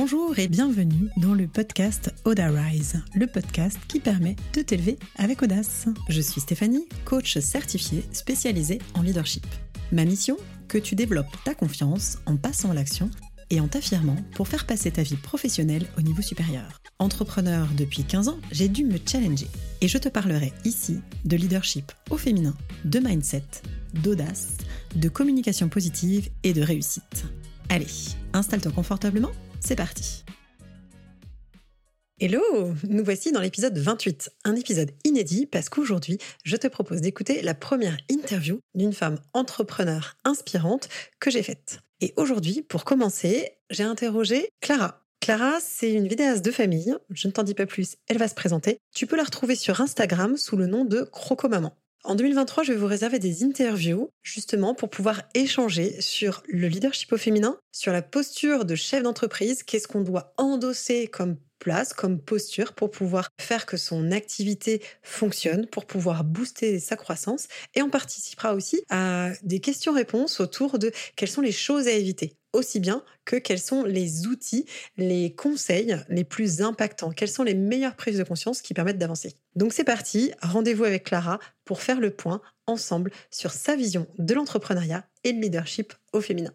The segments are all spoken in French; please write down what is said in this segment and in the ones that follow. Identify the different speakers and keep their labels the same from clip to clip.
Speaker 1: Bonjour et bienvenue dans le podcast Oda Rise, le podcast qui permet de t'élever avec audace. Je suis Stéphanie, coach certifiée spécialisée en leadership. Ma mission, que tu développes ta confiance en passant à l'action et en t'affirmant pour faire passer ta vie professionnelle au niveau supérieur. Entrepreneur depuis 15 ans, j'ai dû me challenger et je te parlerai ici de leadership au féminin, de mindset, d'audace, de communication positive et de réussite. Allez, installe-toi confortablement, c'est parti. Hello, nous voici dans l'épisode 28, un épisode inédit parce qu'aujourd'hui, je te propose d'écouter la première interview d'une femme entrepreneur inspirante que j'ai faite. Et aujourd'hui, pour commencer, j'ai interrogé Clara. Clara, c'est une vidéaste de famille, je ne t'en dis pas plus, elle va se présenter. Tu peux la retrouver sur Instagram sous le nom de Croco Maman. En 2023, je vais vous réserver des interviews justement pour pouvoir échanger sur le leadership au féminin, sur la posture de chef d'entreprise, qu'est-ce qu'on doit endosser comme place, comme posture pour pouvoir faire que son activité fonctionne, pour pouvoir booster sa croissance. Et on participera aussi à des questions-réponses autour de quelles sont les choses à éviter, aussi bien que quels sont les outils, les conseils les plus impactants, quelles sont les meilleures prises de conscience qui permettent d'avancer. Donc c'est parti, rendez-vous avec Clara pour faire le point ensemble sur sa vision de l'entrepreneuriat et de leadership au féminin.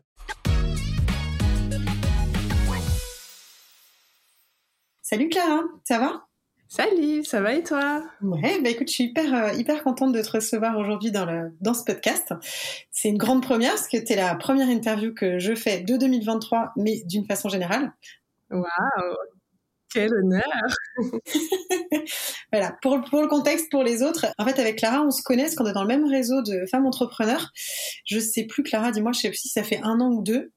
Speaker 1: Salut Clara, ça va ?
Speaker 2: Salut, ça va et toi ?
Speaker 1: Ouais, écoute, je suis hyper contente de te recevoir aujourd'hui dans ce podcast. C'est une grande première parce que tu es la première interview que je fais de 2023, mais d'une façon générale.
Speaker 2: Waouh, quel honneur.
Speaker 1: Voilà, pour le contexte, pour les autres, en fait avec Clara, on se connaît parce qu'on est dans le même réseau de femmes entrepreneurs. Je sais plus, Clara, dis-moi, je sais plus si ça fait 1 an ou 2.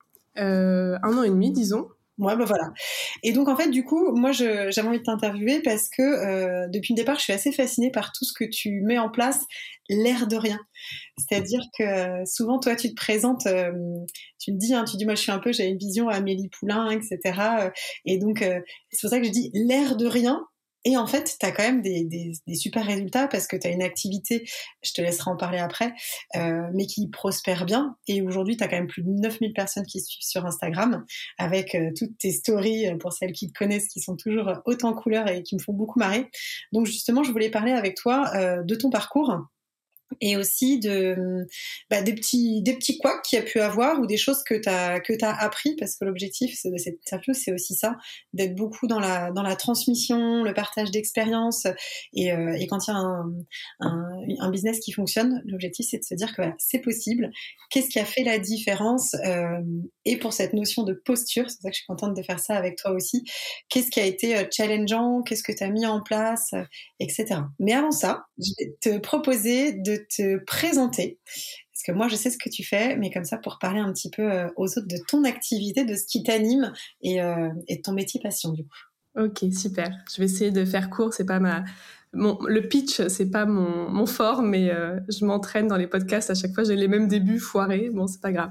Speaker 2: 1 an et demi, disons.
Speaker 1: Ouais, bah voilà. Et donc en fait, du coup, moi, j'avais envie de t'interviewer parce que depuis le départ, je suis assez fascinée par tout ce que tu mets en place, l'air de rien. C'est-à-dire que souvent, toi, tu te présentes, tu me dis, tu dis, moi, j'avais une vision Amélie Poulain, etc. Et donc, c'est pour ça que je dis l'air de rien. Et en fait, tu as quand même des super résultats parce que tu as une activité, je te laisserai en parler après, mais qui prospère bien. Et aujourd'hui, tu as quand même plus de 9000 personnes qui suivent sur Instagram avec toutes tes stories, pour celles qui te connaissent, qui sont toujours hautes en couleurs et qui me font beaucoup marrer. Donc justement, je voulais parler avec toi de ton parcours et aussi des petits couacs qu'il y a pu avoir ou des choses que t'as appris, parce que l'objectif de cette interview, c'est aussi ça, d'être beaucoup dans la transmission, le partage d'expériences et quand il y a un business qui fonctionne, l'objectif c'est de se dire que voilà, c'est possible. Qu'est-ce qui a fait la différence et pour cette notion de posture, c'est pour ça que je suis contente de faire ça avec toi aussi. Qu'est-ce qui a été challengeant, qu'est-ce que tu as mis en place, etc. Mais avant ça, je vais te proposer de te présenter, parce que moi je sais ce que tu fais, mais comme ça pour parler un petit peu aux autres de ton activité, de ce qui t'anime et de ton métier passion du coup.
Speaker 2: Ok, super. Je vais essayer de faire court, c'est pas le pitch, c'est pas mon fort, mais je m'entraîne dans les podcasts, à chaque fois j'ai les mêmes débuts foirés, bon c'est pas grave.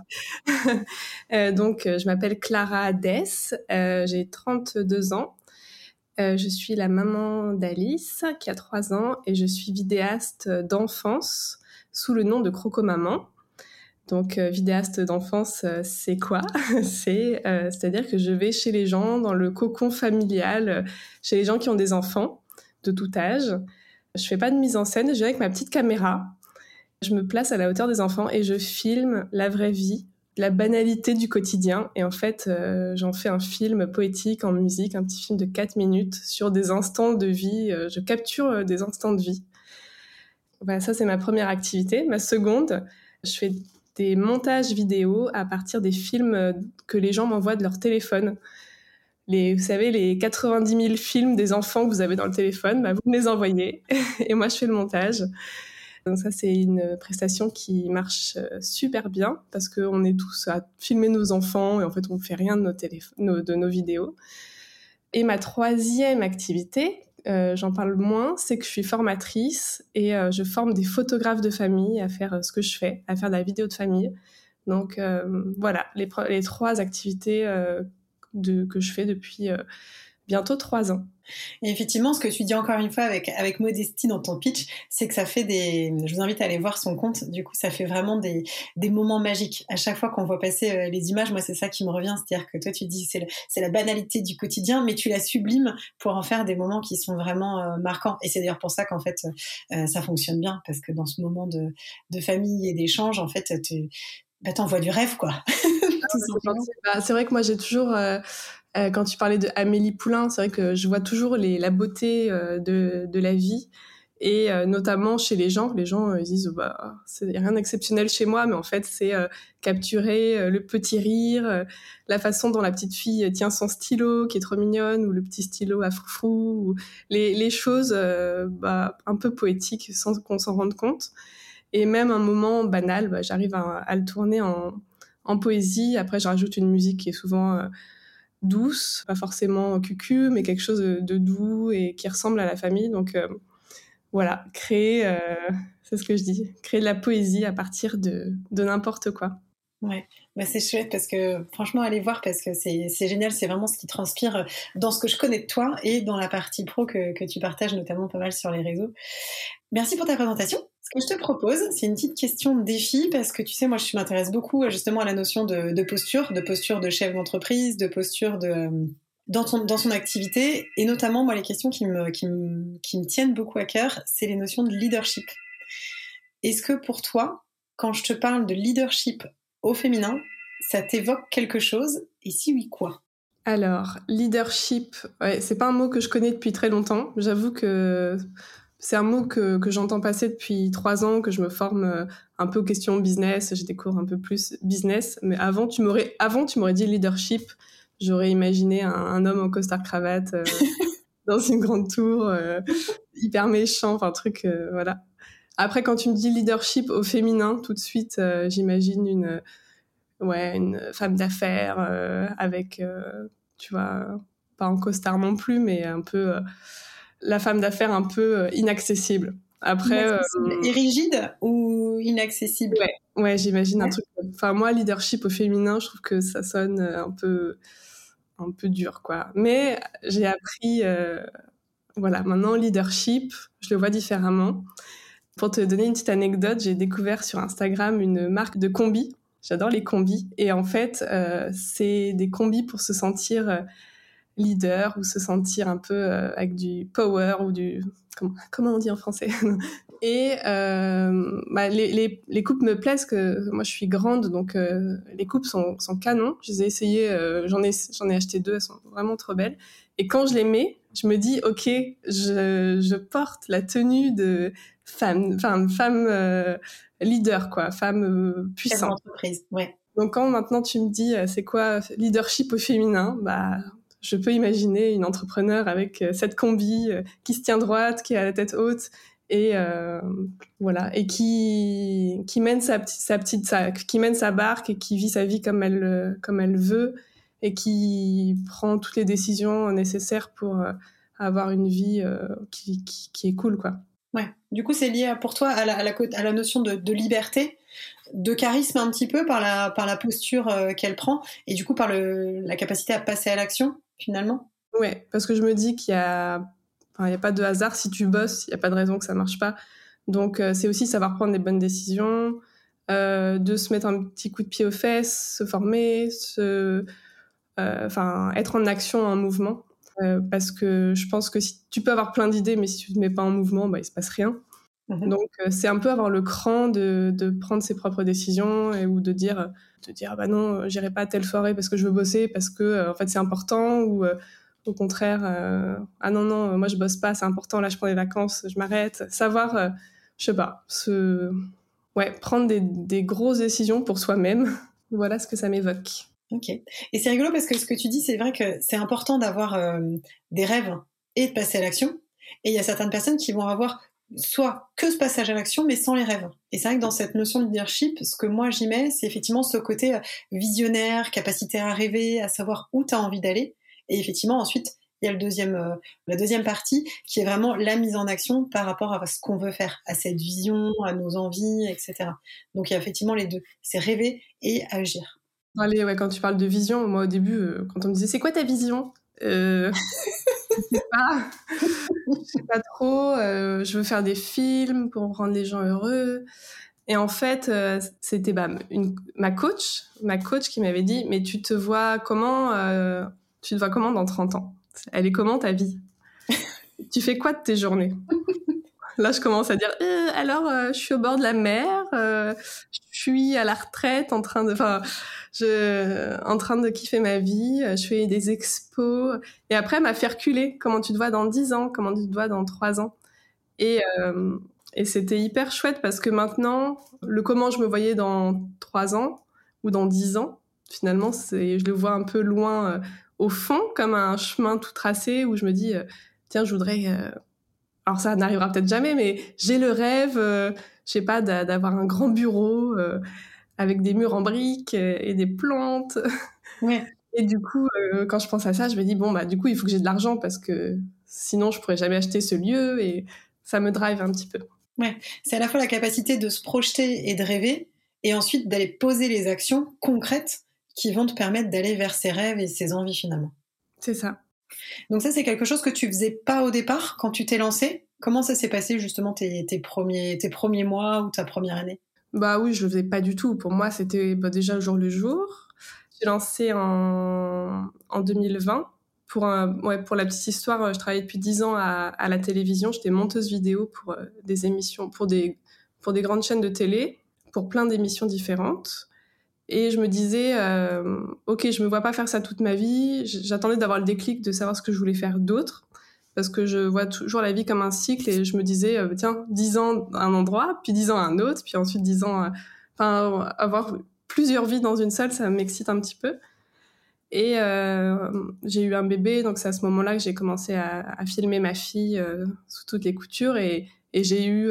Speaker 2: Donc je m'appelle Clara Dess, j'ai 32 ans. Je suis la maman d'Alice, qui a 3 ans, et je suis vidéaste d'enfance sous le nom de Croco Maman. Donc, vidéaste d'enfance, c'est quoi ? C'est-à-dire que je vais chez les gens, dans le cocon familial, chez les gens qui ont des enfants de tout âge. Je fais pas de mise en scène, je viens avec ma petite caméra. Je me place à la hauteur des enfants et je filme la vraie vie, la banalité du quotidien. Et en fait, j'en fais un film poétique en musique, un petit film de 4 minutes sur des instants de vie. Je capture des instants de vie. Voilà, ça, c'est ma première activité. Ma seconde, je fais des montages vidéo à partir des films que les gens m'envoient de leur téléphone. Vous savez, les 90 000 films des enfants que vous avez dans le téléphone, vous me les envoyez et moi, je fais le montage. Donc ça, c'est une prestation qui marche super bien parce qu'on est tous à filmer nos enfants et en fait, on ne fait rien de nos vidéos. Et ma troisième activité, j'en parle moins, c'est que je suis formatrice et je forme des photographes de famille à faire ce que je fais, à faire de la vidéo de famille. Donc voilà, les 3 activités que je fais depuis bientôt 3 ans.
Speaker 1: Et effectivement, ce que tu dis encore une fois avec modestie dans ton pitch, c'est que ça fait je vous invite à aller voir son compte, du coup, ça fait vraiment des moments magiques. À chaque fois qu'on voit passer les images, moi, c'est ça qui me revient, c'est-à-dire que toi, tu dis c'est la banalité du quotidien, mais tu la sublimes pour en faire des moments qui sont vraiment marquants. Et c'est d'ailleurs pour ça qu'en fait, ça fonctionne bien, parce que dans ce moment de famille et d'échange, en fait, t'envoies du rêve, quoi. Tout simplement.
Speaker 2: C'est vrai que moi, j'ai toujours... quand tu parlais de Amélie Poulain, c'est vrai que je vois toujours la beauté de la vie, et notamment chez les gens. Les gens ils disent c'est rien d'exceptionnel chez moi, mais en fait c'est capturer le petit rire, la façon dont la petite fille tient son stylo qui est trop mignonne, ou le petit stylo à froufrou, ou les choses un peu poétiques sans qu'on s'en rende compte. Et même un moment banal, j'arrive à le tourner en poésie. Après, je rajoute une musique qui est souvent douce, pas forcément cucu, mais quelque chose de doux et qui ressemble à la famille. Donc voilà, créer, c'est ce que je dis, créer de la poésie à partir de n'importe quoi.
Speaker 1: Ouais, c'est chouette parce que franchement, allez voir parce que c'est génial, c'est vraiment ce qui transpire dans ce que je connais de toi et dans la partie pro que tu partages notamment pas mal sur les réseaux. Merci pour ta présentation. Ce que je te propose, c'est une petite question de défi parce que tu sais, moi, je m'intéresse beaucoup justement à la notion de posture de chef d'entreprise, de posture dans son activité, et notamment moi les questions qui me tiennent beaucoup à cœur, c'est les notions de leadership. Est-ce que pour toi, quand je te parle de leadership au féminin, ça t'évoque quelque chose, et si oui, quoi?
Speaker 2: Alors, leadership, c'est pas un mot que je connais depuis très longtemps. J'avoue que c'est un mot que j'entends passer depuis 3 ans, que je me forme un peu aux questions business, je découvre un peu plus business. Mais avant, tu m'aurais dit leadership, j'aurais imaginé un homme en costard-cravate dans une grande tour, hyper méchant, enfin un truc, voilà. Après, quand tu me dis leadership au féminin, tout de suite, j'imagine une femme d'affaires avec, tu vois, pas en costard non plus, mais un peu la femme d'affaires un peu inaccessible. Après,
Speaker 1: inaccessible et rigide ou inaccessible?
Speaker 2: Ouais, j'imagine un truc. Enfin, moi, leadership au féminin, je trouve que ça sonne un peu dur, quoi. Mais j'ai appris, voilà, maintenant leadership, je le vois différemment. Pour te donner une petite anecdote, j'ai découvert sur Instagram une marque de combis. J'adore les combis. Et en fait, c'est des combis pour se sentir leader, ou se sentir un peu avec du power, ou du... Comment on dit en français? Et les coupes me plaisent, que moi je suis grande, donc les coupes sont canons. Je les ai essayées, j'en ai acheté 2, elles sont vraiment trop belles. Et quand je les mets, je me dis ok, je porte la tenue de femme leader, quoi, femme puissante.
Speaker 1: Entreprise, ouais.
Speaker 2: Donc quand maintenant tu me dis c'est quoi leadership au féminin, je peux imaginer une entrepreneur avec cette combi qui se tient droite, qui a la tête haute, et voilà, et qui mène qui mène sa barque, et qui vit sa vie comme elle veut, et qui prend toutes les décisions nécessaires pour avoir une vie qui est cool, quoi.
Speaker 1: Ouais. Du coup, c'est lié pour toi à la notion de liberté, de charisme un petit peu par la posture qu'elle prend, et du coup par la capacité à passer à l'action finalement.
Speaker 2: Ouais, parce que je me dis qu'il y a pas de hasard. Si tu bosses, il y a pas de raison que ça marche pas. Donc c'est aussi savoir prendre les bonnes décisions, de se mettre un petit coup de pied aux fesses, se former, être en action, en mouvement. Parce que je pense que si tu peux avoir plein d'idées, mais si tu te mets pas en mouvement, il se passe rien.
Speaker 1: Mm-hmm.
Speaker 2: Donc c'est un peu avoir le cran de prendre ses propres décisions, ou de dire non, j'irai pas à telle soirée parce que je veux bosser, parce que en fait c'est important, ou au contraire ah non, moi je bosse pas, c'est important, là je prends des vacances, je m'arrête. Savoir je sais pas, prendre des grosses décisions pour soi-même. Voilà ce que ça m'évoque.
Speaker 1: Ok. Et c'est rigolo parce que ce que tu dis, c'est vrai que c'est important d'avoir des rêves et de passer à l'action. Et il y a certaines personnes qui vont avoir soit que ce passage à l'action, mais sans les rêves. Et c'est vrai que dans cette notion de leadership, ce que moi j'y mets, c'est effectivement ce côté visionnaire, capacité à rêver, à savoir où tu as envie d'aller. Et effectivement, ensuite, il y a la deuxième partie qui est vraiment la mise en action par rapport à ce qu'on veut faire, à cette vision, à nos envies, etc. Donc il y a effectivement les deux. C'est rêver et agir.
Speaker 2: Allez, quand tu parles de vision, moi au début, quand on me disait c'est quoi ta vision, Je sais pas, je sais pas trop. Je veux faire des films pour rendre les gens heureux. Et en fait, c'était ma coach qui m'avait dit, mais tu te vois comment dans 30 ans? Elle est comment ta vie? Tu fais quoi de tes journées? Là, je commence à dire, alors, je suis au bord de la mer, je suis à la retraite en train de kiffer ma vie, je fais des expos. Et après, elle m'a fait reculer. Comment tu te vois dans 10 ans? Comment tu te vois dans 3 ans? Et, euh, et c'était hyper chouette parce que maintenant, le comment je me voyais dans 3 ans ou dans 10 ans, finalement, je le vois un peu loin au fond, comme un chemin tout tracé où je me dis, tiens, je voudrais... alors ça n'arrivera peut-être jamais, mais j'ai le rêve, je sais pas, d'avoir un grand bureau avec des murs en briques et des plantes.
Speaker 1: Ouais.
Speaker 2: Et du coup, quand je pense à ça, je me dis, bon, bah, du coup, il faut que j'ai de l'argent parce que sinon, je pourrais jamais acheter ce lieu et ça me drive un petit peu.
Speaker 1: Ouais. C'est à la fois la capacité de se projeter et de rêver, et ensuite d'aller poser les actions concrètes qui vont te permettre d'aller vers ses rêves et ses envies finalement.
Speaker 2: C'est ça.
Speaker 1: Donc ça, c'est quelque chose que tu faisais pas au départ quand tu t'es lancé. Comment ça s'est passé justement tes premiers mois ou ta première année?
Speaker 2: Bah oui, je le faisais pas du tout. Pour moi, c'était déjà le jour le jour. J'ai lancé en 2020. Pour la petite histoire, je travaillais depuis 10 ans à la télévision. J'étais monteuse vidéo pour des émissions, pour des grandes chaînes de télé, pour plein d'émissions différentes. Et je me disais, ok, je me vois pas faire ça toute ma vie. J'attendais d'avoir le déclic de savoir ce que je voulais faire d'autre. Parce que je vois toujours la vie comme un cycle et je me disais, tiens, 10 ans à un endroit, puis 10 ans à un autre, puis ensuite 10 ans, avoir plusieurs vies dans une seule, ça m'excite un petit peu. Et j'ai eu un bébé, donc c'est à ce moment-là que j'ai commencé à filmer ma fille sous toutes les coutures et j'ai eu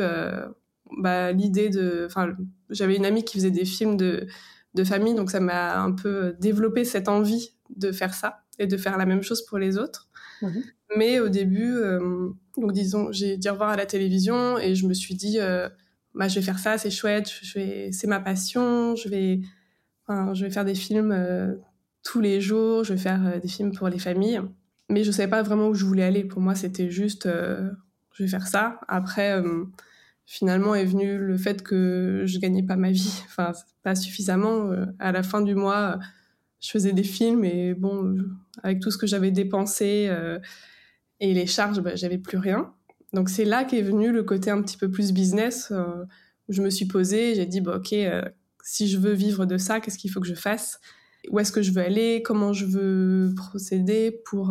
Speaker 2: l'idée j'avais une amie qui faisait des films de famille, donc ça m'a un peu développé cette envie de faire ça et de faire la même chose pour les autres.
Speaker 1: Mmh.
Speaker 2: Mais au début, donc disons, j'ai dit au revoir à la télévision et je me suis dit, je vais faire ça, c'est chouette, c'est ma passion, je vais faire des films tous les jours, je vais faire des films pour les familles. Mais je savais pas vraiment où je voulais aller. Pour moi, c'était juste, je vais faire ça. Après, finalement est venu le fait que je gagnais pas ma vie, enfin pas suffisamment. À la fin du mois, je faisais des films et bon, avec tout ce que j'avais dépensé et les charges, j'avais plus rien. Donc c'est là qu'est venu le côté un petit peu plus business, où je me suis posée, j'ai dit, ok, si je veux vivre de ça, qu'est-ce qu'il faut que je fasse? Où est-ce que je veux aller? Comment je veux procéder pour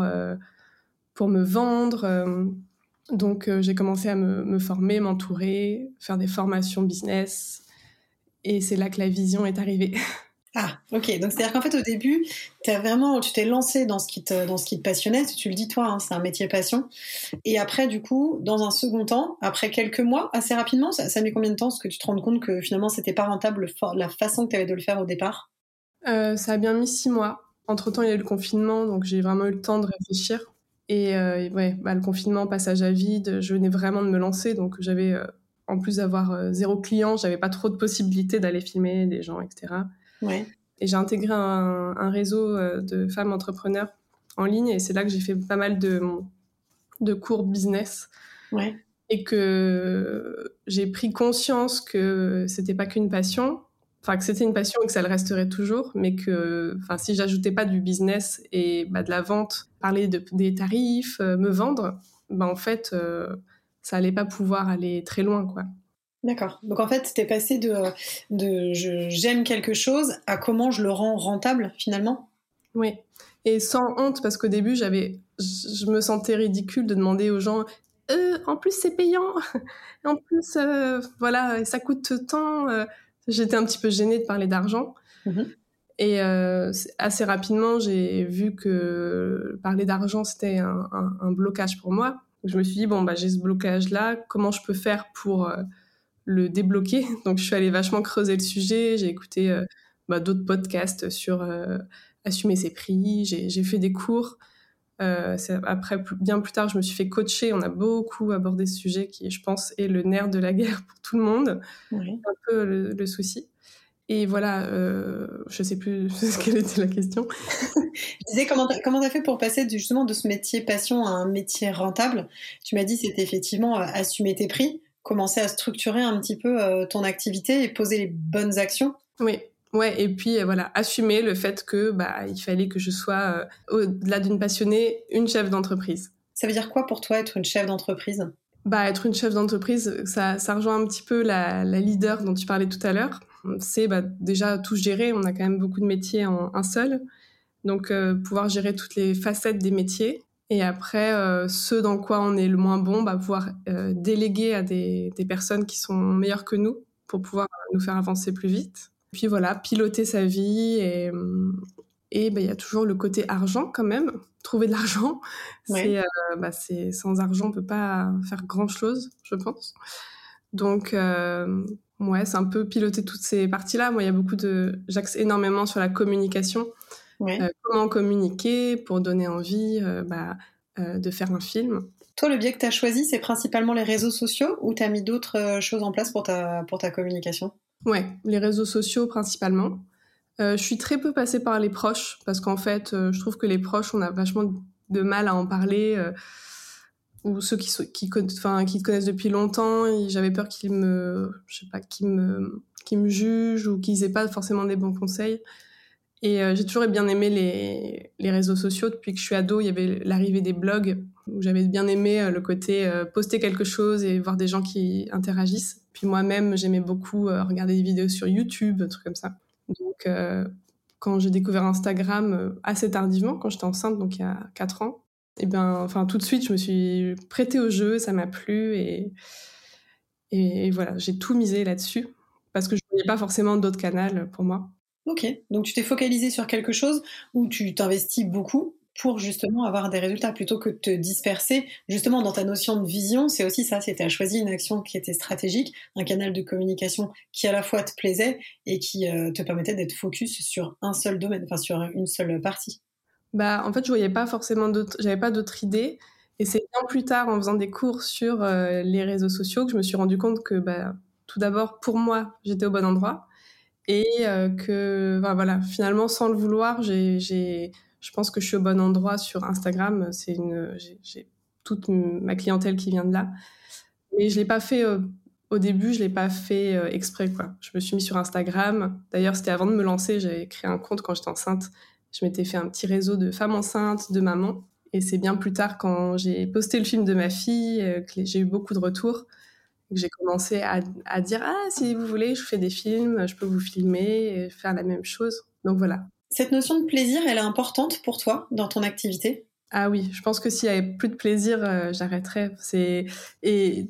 Speaker 2: me vendre? Donc j'ai commencé à me former, m'entourer, faire des formations business. Et c'est là que la vision est arrivée.
Speaker 1: Ah, ok. Donc c'est-à-dire qu'en fait au début, tu t'es lancé dans ce qui te passionnait. Tu le dis toi, hein, c'est un métier passion. Et après, du coup, dans un second temps, après quelques mois, assez rapidement, ça met combien de temps, ce que tu te rends compte que finalement c'était pas rentable la façon que tu avais de le faire au départ?
Speaker 2: Ça a bien mis 6 mois. Entre-temps, il y a eu le confinement, donc j'ai vraiment eu le temps de réfléchir. Et le confinement, passage à vide, je venais vraiment de me lancer, donc j'avais, en plus d'avoir 0 client, j'avais pas trop de possibilités d'aller filmer des gens, etc.
Speaker 1: Ouais.
Speaker 2: Et j'ai intégré un réseau de femmes entrepreneurs en ligne, et c'est là que j'ai fait pas mal de cours business.
Speaker 1: Ouais.
Speaker 2: Et que j'ai pris conscience que c'était pas qu'une passion, enfin que c'était une passion et que ça le resterait toujours, mais que si j'ajoutais pas du business et de la vente, parler des tarifs, me vendre, en fait ça allait pas pouvoir aller très loin, quoi.
Speaker 1: D'accord. Donc en fait, t'es passé j'aime quelque chose à comment je le rends rentable finalement.
Speaker 2: Oui. Et sans honte, parce qu'au début je me sentais ridicule de demander aux gens, en plus c'est payant, en plus voilà, ça coûte tant. J'étais un petit peu gênée de parler d'argent.
Speaker 1: Mhm.
Speaker 2: Et assez rapidement, j'ai vu que parler d'argent, c'était un blocage pour moi. Donc, je me suis dit, bon, j'ai ce blocage-là, comment je peux faire pour le débloquer? Donc, je suis allée vachement creuser le sujet, j'ai écouté d'autres podcasts sur assumer ses prix, j'ai fait des cours. Après, bien plus tard, je me suis fait coacher. On a beaucoup abordé ce sujet qui, je pense, est le nerf de la guerre pour tout le monde,
Speaker 1: Ouais.
Speaker 2: un peu le souci. Et voilà, je sais plus quelle était la question.
Speaker 1: Je disais, comment t'as fait pour passer justement de ce métier passion à un métier rentable? Tu m'as dit c'était effectivement assumer tes prix, commencer à structurer un petit peu ton activité et poser les bonnes actions.
Speaker 2: Oui, ouais, et puis voilà, assumer le fait que il fallait que je sois au-delà d'une passionnée, une chef d'entreprise.
Speaker 1: Ça veut dire quoi pour toi être une chef d'entreprise?
Speaker 2: Être une chef d'entreprise, ça rejoint un petit peu la leader dont tu parlais tout à l'heure. C'est déjà tout gérer. On a quand même beaucoup de métiers en un seul, donc pouvoir gérer toutes les facettes des métiers. Et après, ce dans quoi on est le moins bon, pouvoir déléguer à des personnes qui sont meilleures que nous pour pouvoir nous faire avancer plus vite. Puis voilà, piloter sa vie et il y a toujours le côté argent quand même. Trouver de l'argent,
Speaker 1: Ouais.
Speaker 2: c'est sans argent on peut pas faire grand chose, je pense. Donc ouais, c'est un peu piloter toutes ces parties-là. Moi, j'axe énormément sur la communication.
Speaker 1: Ouais.
Speaker 2: Comment communiquer pour donner envie de faire un film.
Speaker 1: Toi, le biais que tu as choisi, c'est principalement les réseaux sociaux ou tu as mis d'autres choses en place pour ta communication?
Speaker 2: Ouais, les réseaux sociaux principalement. Je suis très peu passée par les proches parce qu'en fait, je trouve que les proches, on a vachement de mal à en parler. Ou ceux qui te connaissent depuis longtemps, j'avais peur qu'ils me jugent ou qu'ils aient pas forcément des bons conseils. Et j'ai toujours bien aimé les réseaux sociaux. Depuis que je suis ado, il y avait l'arrivée des blogs où j'avais bien aimé le côté poster quelque chose et voir des gens qui interagissent. Puis moi-même, j'aimais beaucoup regarder des vidéos sur YouTube, des trucs comme ça. Donc, quand j'ai découvert Instagram assez tardivement, quand j'étais enceinte, donc il y a 4 ans, tout de suite, je me suis prêtée au jeu, ça m'a plu et voilà, j'ai tout misé là-dessus parce que je ne voyais pas forcément d'autres canaux pour moi.
Speaker 1: Ok, donc tu t'es focalisé sur quelque chose où tu t'investis beaucoup pour justement avoir des résultats plutôt que de te disperser. Justement, dans ta notion de vision, c'est aussi ça, c'est tu as choisi une action qui était stratégique, un canal de communication qui à la fois te plaisait et qui te permettait d'être focus sur un seul domaine, enfin sur une seule partie.
Speaker 2: En fait, je voyais pas forcément j'avais pas d'autres idées. Et c'est bien plus tard, en faisant des cours sur les réseaux sociaux, que je me suis rendu compte que, tout d'abord, pour moi, j'étais au bon endroit. Et voilà, finalement, sans le vouloir, je pense que je suis au bon endroit sur Instagram. J'ai toute ma clientèle qui vient de là. Mais je l'ai pas fait, au début, je l'ai pas fait exprès, quoi. Je me suis mis sur Instagram. D'ailleurs, c'était avant de me lancer, j'avais créé un compte quand j'étais enceinte. Je m'étais fait un petit réseau de femmes enceintes, de mamans. Et c'est bien plus tard, quand j'ai posté le film de ma fille, que j'ai eu beaucoup de retours, que j'ai commencé à dire ah, si vous voulez, je fais des films, je peux vous filmer et faire la même chose. Donc voilà.
Speaker 1: Cette notion de plaisir, elle est importante pour toi dans ton activité?
Speaker 2: Ah oui, je pense que s'il y avait plus de plaisir, j'arrêterais. Et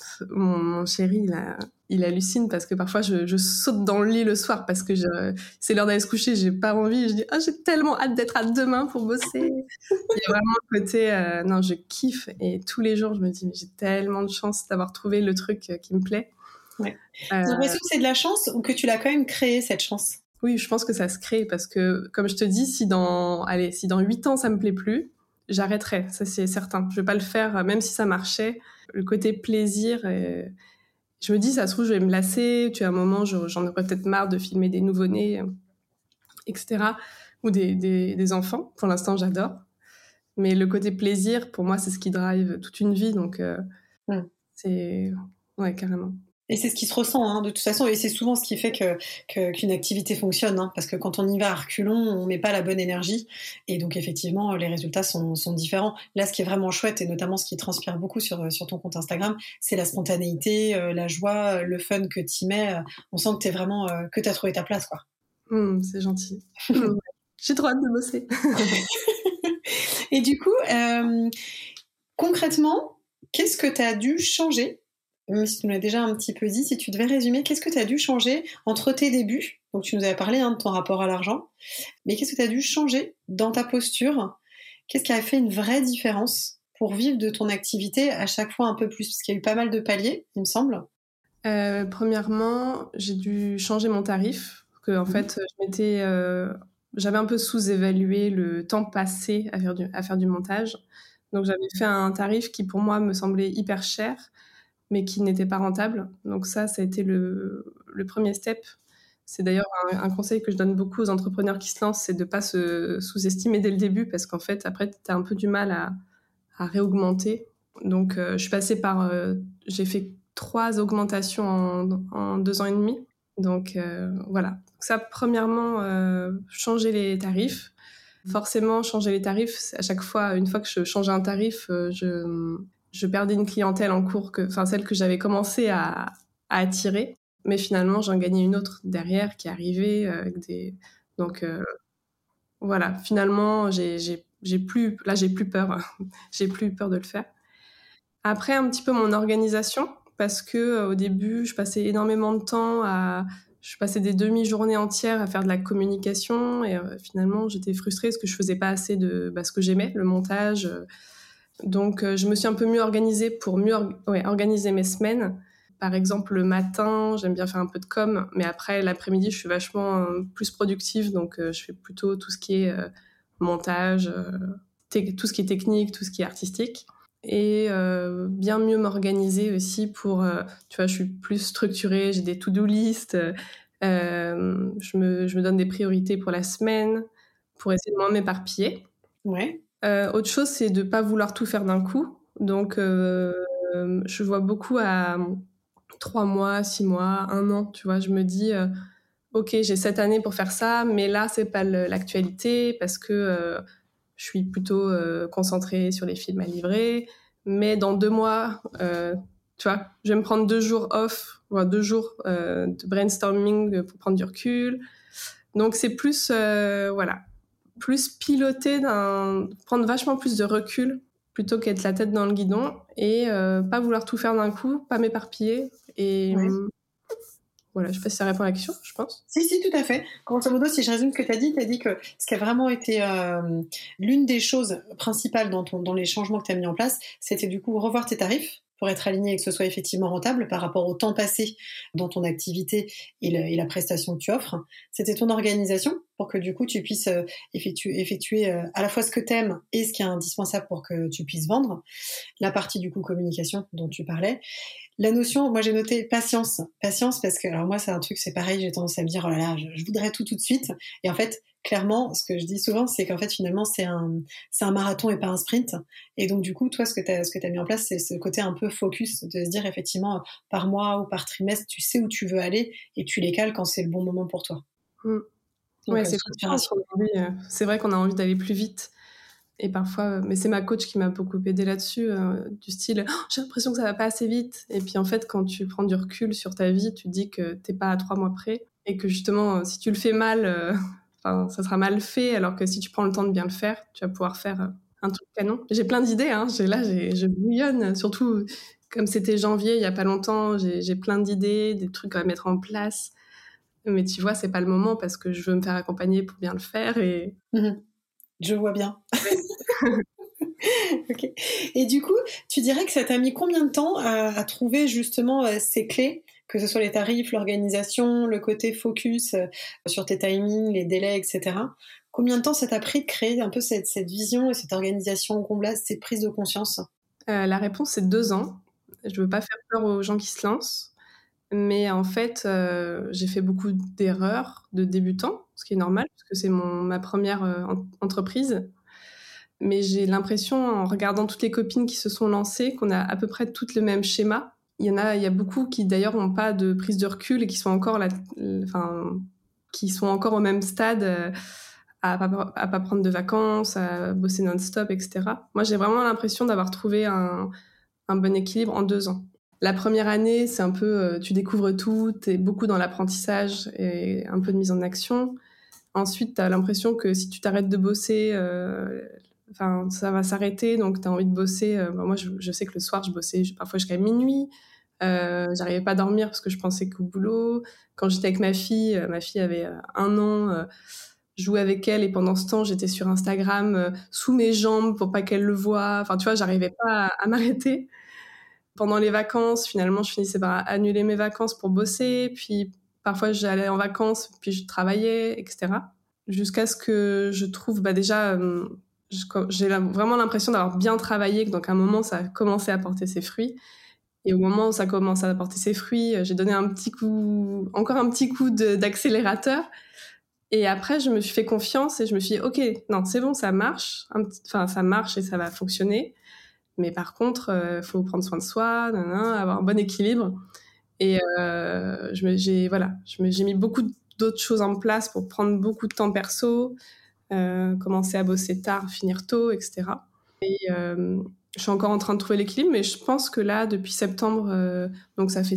Speaker 2: mon chéri, il hallucine parce que parfois je saute dans le lit le soir parce que c'est l'heure d'aller se coucher, j'ai pas envie. Je dis ah, j'ai tellement hâte d'être à demain pour bosser. Il y a vraiment le côté non, je kiffe et tous les jours je me dis mais j'ai tellement de chance d'avoir trouvé le truc qui me plaît.
Speaker 1: Ouais.
Speaker 2: Euh,
Speaker 1: T'as l'impression que c'est de la chance ou que tu l'as quand même créée, cette chance?
Speaker 2: oui, je pense que ça se crée parce que, comme je te dis, si dans 8 ans ça me plaît plus, j'arrêterai, ça c'est certain. Je vais pas le faire, même si ça marchait. Le côté plaisir, je me dis, ça se trouve, je vais me lasser. Tu as un moment, j'en aurais peut-être marre de filmer des nouveau-nés, etc. Ou des enfants. Pour l'instant, j'adore. Mais le côté plaisir, pour moi, c'est ce qui drive toute une vie. Donc,
Speaker 1: Mm.
Speaker 2: c'est... Ouais, carrément.
Speaker 1: Et c'est ce qui se ressent, hein, de toute façon, et c'est souvent ce qui fait qu'une activité fonctionne, hein, parce que quand on y va à reculons, on met pas la bonne énergie, et donc effectivement, les résultats sont différents. Là, ce qui est vraiment chouette, et notamment ce qui transpire beaucoup sur ton compte Instagram, c'est la spontanéité, la joie, le fun que tu y mets. On sent que t'es vraiment, que t'as trouvé ta place, quoi.
Speaker 2: C'est gentil. J'ai trop hâte de bosser.
Speaker 1: Et du coup, concrètement, qu'est-ce que tu as dû changer? Même si tu nous l'as déjà un petit peu dit, si tu devais résumer, qu'est-ce que tu as dû changer entre tes débuts? Donc tu nous avais parlé de ton rapport à l'argent, mais qu'est-ce que tu as dû changer dans ta posture? Qu'est-ce qui a fait une vraie différence pour vivre de ton activité à chaque fois un peu plus? Parce qu'il y a eu pas mal de paliers, il me semble.
Speaker 2: Premièrement, j'ai dû changer mon tarif. En fait, j'avais un peu sous-évalué le temps passé à faire du montage. Donc, j'avais fait un tarif qui, pour moi, me semblait hyper cher, mais qui n'était pas rentable. Donc ça a été le premier step. C'est d'ailleurs un conseil que je donne beaucoup aux entrepreneurs qui se lancent, c'est de ne pas se sous-estimer dès le début parce qu'en fait, après, tu as un peu du mal à réaugmenter. Donc, je suis passée par... j'ai fait 3 augmentations en 2 ans et demi. Donc, voilà. Ça, premièrement, changer les tarifs. Forcément, changer les tarifs, à chaque fois, une fois que je changeais un tarif, je perdais une clientèle en cours, celle que j'avais commencé à attirer. Mais finalement, j'en gagnais une autre derrière qui arrivait avec des... Donc, voilà. Finalement, j'ai plus peur. J'ai plus peur de le faire. Après, un petit peu mon organisation, parce que au début, je passais énormément de temps je passais des demi-journées entières à faire de la communication et finalement, j'étais frustrée parce que je faisais pas assez de ce que j'aimais, le montage. Donc, je me suis un peu mieux organisée pour mieux organiser mes semaines. Par exemple, le matin, j'aime bien faire un peu de com, mais après, l'après-midi, je suis vachement plus productive, donc je fais plutôt tout ce qui est montage, tout ce qui est technique, tout ce qui est artistique. Et bien mieux m'organiser aussi pour, tu vois, je suis plus structurée, j'ai des to-do list, je me donne des priorités pour la semaine, pour essayer de moins m'éparpiller.
Speaker 1: Ouais.
Speaker 2: Autre chose, c'est de pas vouloir tout faire d'un coup. Donc, je vois beaucoup à 3 mois, 6 mois, 1 an, tu vois. Je me dis, OK, j'ai cette année pour faire ça, mais là, c'est pas l'actualité parce que je suis plutôt concentrée sur les films à livrer. Mais dans 2 mois, tu vois, je vais me prendre 2 jours off, ou 2 jours de brainstorming pour prendre du recul. Donc, c'est plus, voilà, plus piloter, prendre vachement plus de recul plutôt qu'être la tête dans le guidon et pas vouloir tout faire d'un coup, pas m'éparpiller. Et
Speaker 1: Ouais.
Speaker 2: voilà, je sais pas si ça répond à la question, je pense.
Speaker 1: Si, tout à fait. Grosso modo, si je résume ce que tu as dit que ce qui a vraiment été l'une des choses principales dans les changements que tu as mis en place, c'était du coup revoir tes tarifs pour être aligné et que ce soit effectivement rentable par rapport au temps passé dans ton activité et la prestation que tu offres. C'était ton organisation pour que du coup tu puisses effectuer à la fois ce que tu aimes et ce qui est indispensable pour que tu puisses vendre. La partie du coup communication dont tu parlais. La notion, moi j'ai noté patience. Patience parce que, alors moi c'est un truc, c'est pareil, j'ai tendance à me dire, oh là là, je voudrais tout de suite. Et en fait, clairement, ce que je dis souvent, c'est qu'en fait finalement c'est un marathon et pas un sprint. Et donc du coup, toi, ce que t'as mis en place, c'est ce côté un peu focus, de se dire effectivement, par mois ou par trimestre, tu sais où tu veux aller et tu les cales quand c'est le bon moment pour toi.
Speaker 2: Mm.
Speaker 1: Donc,
Speaker 2: Ouais, c'est frustrant parce c'est vrai qu'on a envie d'aller plus vite. Et parfois, mais c'est ma coach qui m'a beaucoup aidée là-dessus, du style oh, j'ai l'impression que ça va pas assez vite. Et puis en fait, quand tu prends du recul sur ta vie, tu te dis que t'es pas à 3 mois près et que justement, si tu le fais mal, ça sera mal fait. Alors que si tu prends le temps de bien le faire, tu vas pouvoir faire un truc canon. J'ai plein d'idées, hein. Je bouillonne. Surtout, comme c'était janvier, il y a pas longtemps, j'ai plein d'idées, des trucs à mettre en place. Mais tu vois, c'est pas le moment parce que je veux me faire accompagner pour bien le faire et.
Speaker 1: Je vois bien.
Speaker 2: Ouais.
Speaker 1: Ok. Et du coup, tu dirais que ça t'a mis combien de temps à trouver justement ces clés, que ce soit les tarifs, l'organisation, le côté focus sur tes timings, les délais, etc. Combien de temps ça t'a pris de créer un peu cette vision et cette organisation complète, cette prise de conscience?
Speaker 2: La réponse, c'est 2 ans. Je veux pas faire peur aux gens qui se lancent, mais en fait, j'ai fait beaucoup d'erreurs de débutant, ce qui est normal parce que c'est ma première entreprise. Mais j'ai l'impression, en regardant toutes les copines qui se sont lancées, qu'on a à peu près toutes le même schéma. Il y a beaucoup qui d'ailleurs n'ont pas de prise de recul et qui sont encore qui sont encore au même stade à pas prendre de vacances, à bosser non-stop, etc. Moi, j'ai vraiment l'impression d'avoir trouvé un bon équilibre en 2 ans. La première année, c'est un peu, tu découvres tout, t'es beaucoup dans l'apprentissage et un peu de mise en action. Ensuite, t'as l'impression que si tu t'arrêtes de bosser, ça va s'arrêter, donc t'as envie de bosser. Moi, je sais que le soir, je bossais parfois jusqu'à minuit. J'arrivais pas à dormir parce que je pensais qu'au boulot. Quand j'étais avec ma fille avait 1 an, je jouais avec elle et pendant ce temps, j'étais sur Instagram sous mes jambes pour pas qu'elle le voie. Enfin, tu vois, j'arrivais pas à m'arrêter. Pendant les vacances, finalement, je finissais par annuler mes vacances pour bosser. Puis parfois, j'allais en vacances, puis je travaillais, etc. Jusqu'à ce que je trouve, déjà, j'ai vraiment l'impression d'avoir bien travaillé, donc à un moment, ça a commencé à porter ses fruits. Et au moment où ça commence à porter ses fruits, j'ai donné encore un petit coup d'accélérateur. Et après, je me suis fait confiance et je me suis dit, OK, non, c'est bon, ça marche. Enfin, ça marche et ça va fonctionner. Mais par contre, faut prendre soin de soi, avoir un bon équilibre. Et j'ai mis beaucoup d'autres choses en place pour prendre beaucoup de temps perso, commencer à bosser tard, finir tôt, etc. Et je suis encore en train de trouver l'équilibre, mais je pense que là, depuis septembre, donc ça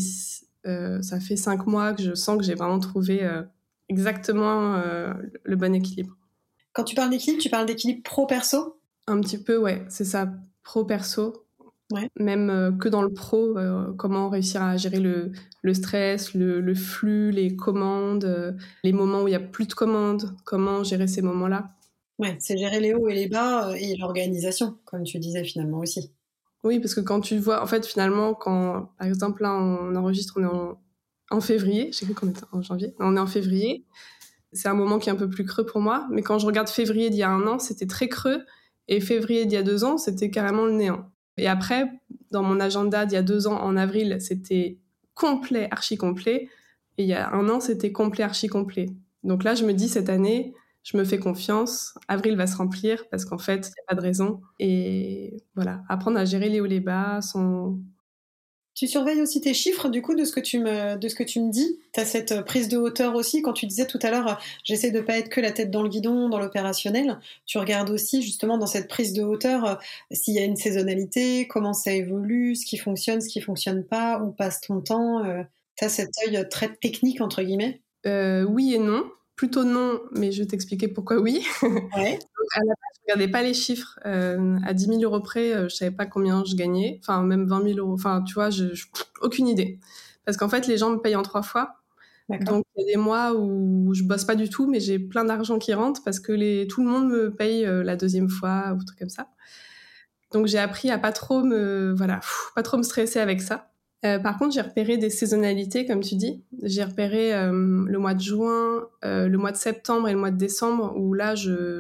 Speaker 2: fait 5 mois que je sens que j'ai vraiment trouvé exactement le bon équilibre.
Speaker 1: Quand tu parles d'équilibre, tu parles d'équilibre pro-perso?
Speaker 2: Un petit peu, ouais, c'est ça, pro-perso.
Speaker 1: Ouais.
Speaker 2: Même que dans le pro, comment réussir à gérer le stress, le flux, les commandes, les moments où il n'y a plus de commandes, comment gérer ces moments-là.
Speaker 1: Ouais, c'est gérer les hauts et les bas et l'organisation, comme tu disais finalement aussi.
Speaker 2: Oui, parce que quand tu vois, en fait, finalement, quand, par exemple, là, on enregistre, on est en février, j'ai cru qu'on était en janvier, non, on est en février, c'est un moment qui est un peu plus creux pour moi, mais quand je regarde février d'il y a 1 an, c'était très creux, et février d'il y a 2 ans, c'était carrément le néant. Et après, dans mon agenda d'il y a 2 ans, en avril, c'était complet, archi complet, et il y a 1 an, c'était complet, archi complet. Donc là, je me dis, cette année, je me fais confiance, avril va se remplir, parce qu'en fait, il n'y a pas de raison. Et voilà, apprendre à gérer les hauts et les bas sans...
Speaker 1: Tu surveilles aussi tes chiffres, du coup, de ce que tu me dis. Tu as cette prise de hauteur aussi. Quand tu disais tout à l'heure, j'essaie de pas être que la tête dans le guidon, dans l'opérationnel. Tu regardes aussi, justement, dans cette prise de hauteur, s'il y a une saisonnalité, comment ça évolue, ce qui fonctionne pas, où passe ton temps. Tu as cet œil très technique, entre guillemets.
Speaker 2: Oui et non. Plutôt non, mais je vais t'expliquer pourquoi oui.
Speaker 1: Ouais.
Speaker 2: À la base, je regardais pas les chiffres. À 10 000 euros près, je savais pas combien je gagnais. Enfin, même 20 000 euros. Enfin, tu vois, aucune idée. Parce qu'en fait, les gens me payent en 3 fois.
Speaker 1: D'accord.
Speaker 2: Donc, il y a des mois où je bosse pas du tout, mais j'ai plein d'argent qui rentre parce que tout le monde me paye la 2e fois ou truc comme ça. Donc, j'ai appris à pas trop pas trop me stresser avec ça. Par contre, j'ai repéré des saisonnalités, comme tu dis. J'ai repéré le mois de juin, le mois de septembre et le mois de décembre, où là,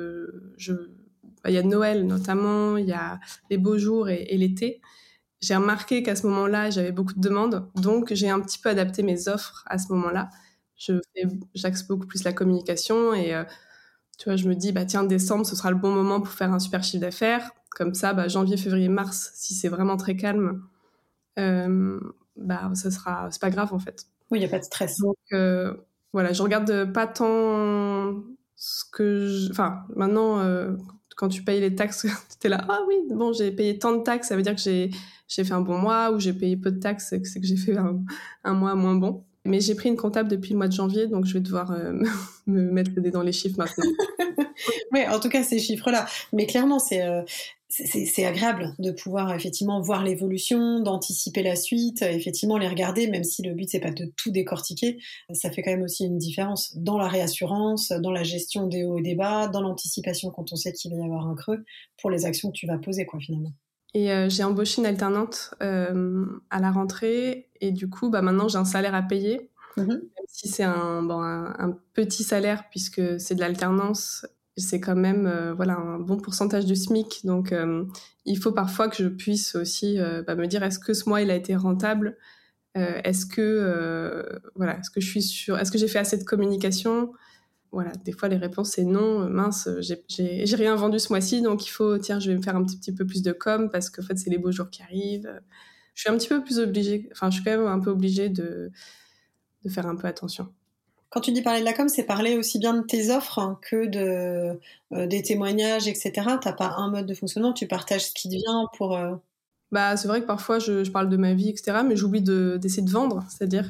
Speaker 2: il y a Noël notamment, il y a les beaux jours et l'été. J'ai remarqué qu'à ce moment-là, j'avais beaucoup de demandes, donc j'ai un petit peu adapté mes offres à ce moment-là. J'axe beaucoup plus la communication et tu vois, je me dis, bah tiens, décembre, ce sera le bon moment pour faire un super chiffre d'affaires. Comme ça, bah, janvier, février, mars, si c'est vraiment très calme, bah c'est pas grave en fait.
Speaker 1: Oui, il n'y a pas de stress.
Speaker 2: Donc voilà, je regarde pas tant enfin maintenant quand tu payes les taxes, t'es là, ah oui, bon, j'ai payé tant de taxes, ça veut dire que j'ai fait un bon mois, ou j'ai payé peu de taxes, c'est que j'ai fait un mois moins bon. Mais j'ai pris une comptable depuis le mois de janvier, donc je vais devoir me mettre le nez dans les chiffres maintenant.
Speaker 1: Oui, en tout cas, ces chiffres-là. Mais clairement, c'est agréable de pouvoir effectivement voir l'évolution, d'anticiper la suite, effectivement les regarder, même si le but c'est pas de tout décortiquer. Ça fait quand même aussi une différence dans la réassurance, dans la gestion des hauts et des bas, dans l'anticipation quand on sait qu'il va y avoir un creux, pour les actions que tu vas poser, quoi, finalement.
Speaker 2: Et j'ai embauché une alternante à la rentrée, et du coup, bah maintenant j'ai un salaire à payer. Même si c'est un petit salaire, puisque c'est de l'alternance, c'est quand même un bon pourcentage du SMIC. Donc, il faut parfois que je puisse aussi me dire, est-ce que ce mois, il a été rentable? Est-ce que je suis sûre? Est-ce que j'ai fait assez de communication? Voilà, des fois, les réponses, c'est non. Mince, j'ai rien vendu ce mois-ci, donc tiens, je vais me faire un petit peu plus de com, parce qu'en fait, c'est les beaux jours qui arrivent. Je suis un petit peu plus obligée, enfin, je suis quand même un peu obligée de faire un peu attention.
Speaker 1: Quand tu dis parler de la com, c'est parler aussi bien de tes offres que des témoignages, etc. T'as pas un mode de fonctionnement, tu partages ce qui te vient pour...
Speaker 2: Bah, c'est vrai que parfois je parle de ma vie, etc., mais j'oublie d'essayer de vendre, c'est-à-dire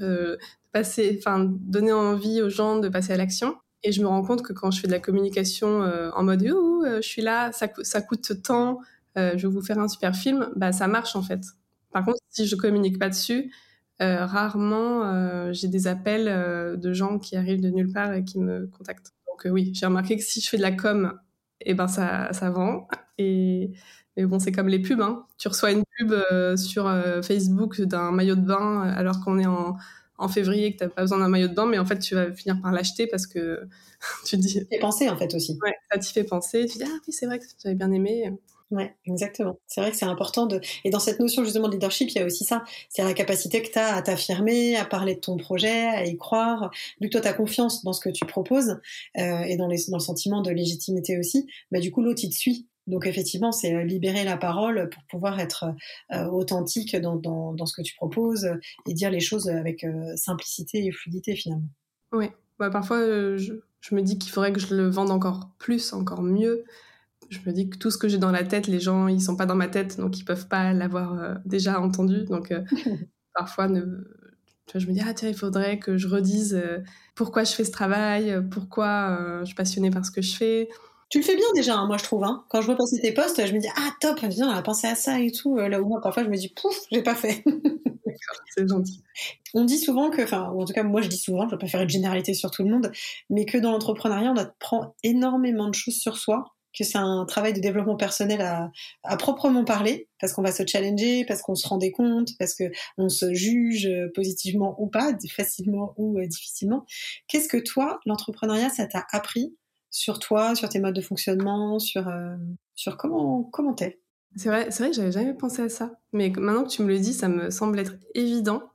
Speaker 2: donner envie aux gens de passer à l'action. Et je me rends compte que quand je fais de la communication en mode je suis là, ça coûte tant, je vais vous faire un super film, bah ça marche en fait. Par contre, si je communique pas dessus, rarement j'ai des appels de gens qui arrivent de nulle part et qui me contactent. Donc oui, j'ai remarqué que si je fais de la com, et ben ça vend. Mais bon, c'est comme les pubs, hein. Tu reçois une pub sur Facebook d'un maillot de bain alors qu'on est en février et que t'as pas besoin d'un maillot de bain, mais en fait tu vas finir par l'acheter parce que tu te dis...
Speaker 1: C'est pensé en fait aussi.
Speaker 2: Ouais, ça t'y fait penser. Tu dis, ah oui, c'est vrai que j'avais bien aimé.
Speaker 1: Ouais, exactement. C'est vrai que c'est important et dans cette notion justement de leadership, il y a aussi ça. C'est la capacité que tu as à t'affirmer, à parler de ton projet, à y croire. Vu que toi, tu as confiance dans ce que tu proposes, et dans le sentiment de légitimité aussi, bah, du coup, l'autre, il te suit. Donc effectivement, c'est libérer la parole pour pouvoir être authentique dans ce que tu proposes et dire les choses avec simplicité et fluidité finalement.
Speaker 2: Ouais. Bah, parfois, je me dis qu'il faudrait que je le vende encore plus, encore mieux. Je me dis que tout ce que j'ai dans la tête, les gens, ils sont pas dans ma tête, donc ils peuvent pas l'avoir déjà entendu. Donc parfois, tu vois, je me dis, ah tiens, il faudrait que je redise pourquoi je fais ce travail, pourquoi je suis passionnée par ce que je fais.
Speaker 1: Tu le fais bien déjà, hein, moi je trouve. Hein. Quand je vois passer tes posts, je me dis ah top, viens, on a pensé à ça et tout. Là où moi parfois je me dis pouf, j'ai pas fait.
Speaker 2: D'accord, c'est gentil.
Speaker 1: On dit souvent que, enfin, ou en tout cas moi je dis souvent, je vais pas faire une généralité sur tout le monde, mais que dans l'entrepreneuriat on apprend énormément de choses sur soi, que c'est un travail de développement personnel à proprement parler, parce qu'on va se challenger, parce qu'on se rend des comptes, parce que on se juge positivement ou pas, facilement ou difficilement. Qu'est-ce que toi, l'entrepreneuriat, ça t'a appris sur toi, sur tes modes de fonctionnement, sur comment t'es?
Speaker 2: C'est vrai que j'avais jamais pensé à ça. Mais maintenant que tu me le dis, ça me semble être évident.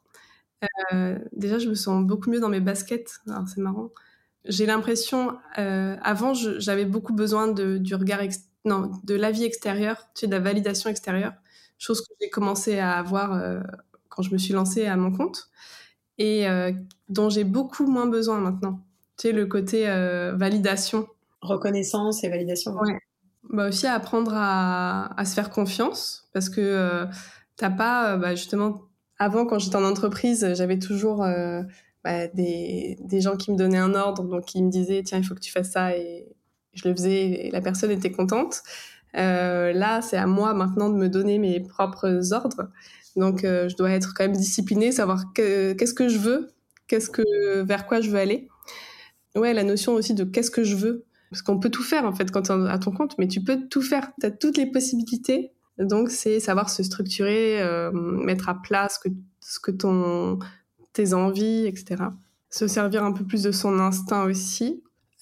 Speaker 2: Déjà, je me sens beaucoup mieux dans mes baskets. Alors, c'est marrant. J'ai l'impression, avant, j'avais beaucoup besoin du regard, non, de l'avis extérieur, tu sais, de la validation extérieure, chose que j'ai commencé à avoir quand je me suis lancée à mon compte et dont j'ai beaucoup moins besoin maintenant. Tu sais, le côté validation.
Speaker 1: Reconnaissance et validation. Ouais.
Speaker 2: Ouais. Bah aussi apprendre à se faire confiance parce que t'as pas bah justement avant quand j'étais en entreprise j'avais toujours bah, des gens qui me donnaient un ordre donc qui me disaient tiens il faut que tu fasses ça et je le faisais et la personne était contente. Là c'est à moi maintenant de me donner mes propres ordres donc je dois être quand même disciplinée, savoir qu'est-ce que je veux, vers quoi je veux aller. Ouais, la notion aussi de qu'est-ce que je veux. Parce qu'on peut tout faire, en fait, quand tu es à ton compte, mais tu peux tout faire. Tu as toutes les possibilités. Donc, c'est savoir se structurer, mettre à plat ce que tes envies, etc. Se servir un peu plus de son instinct aussi.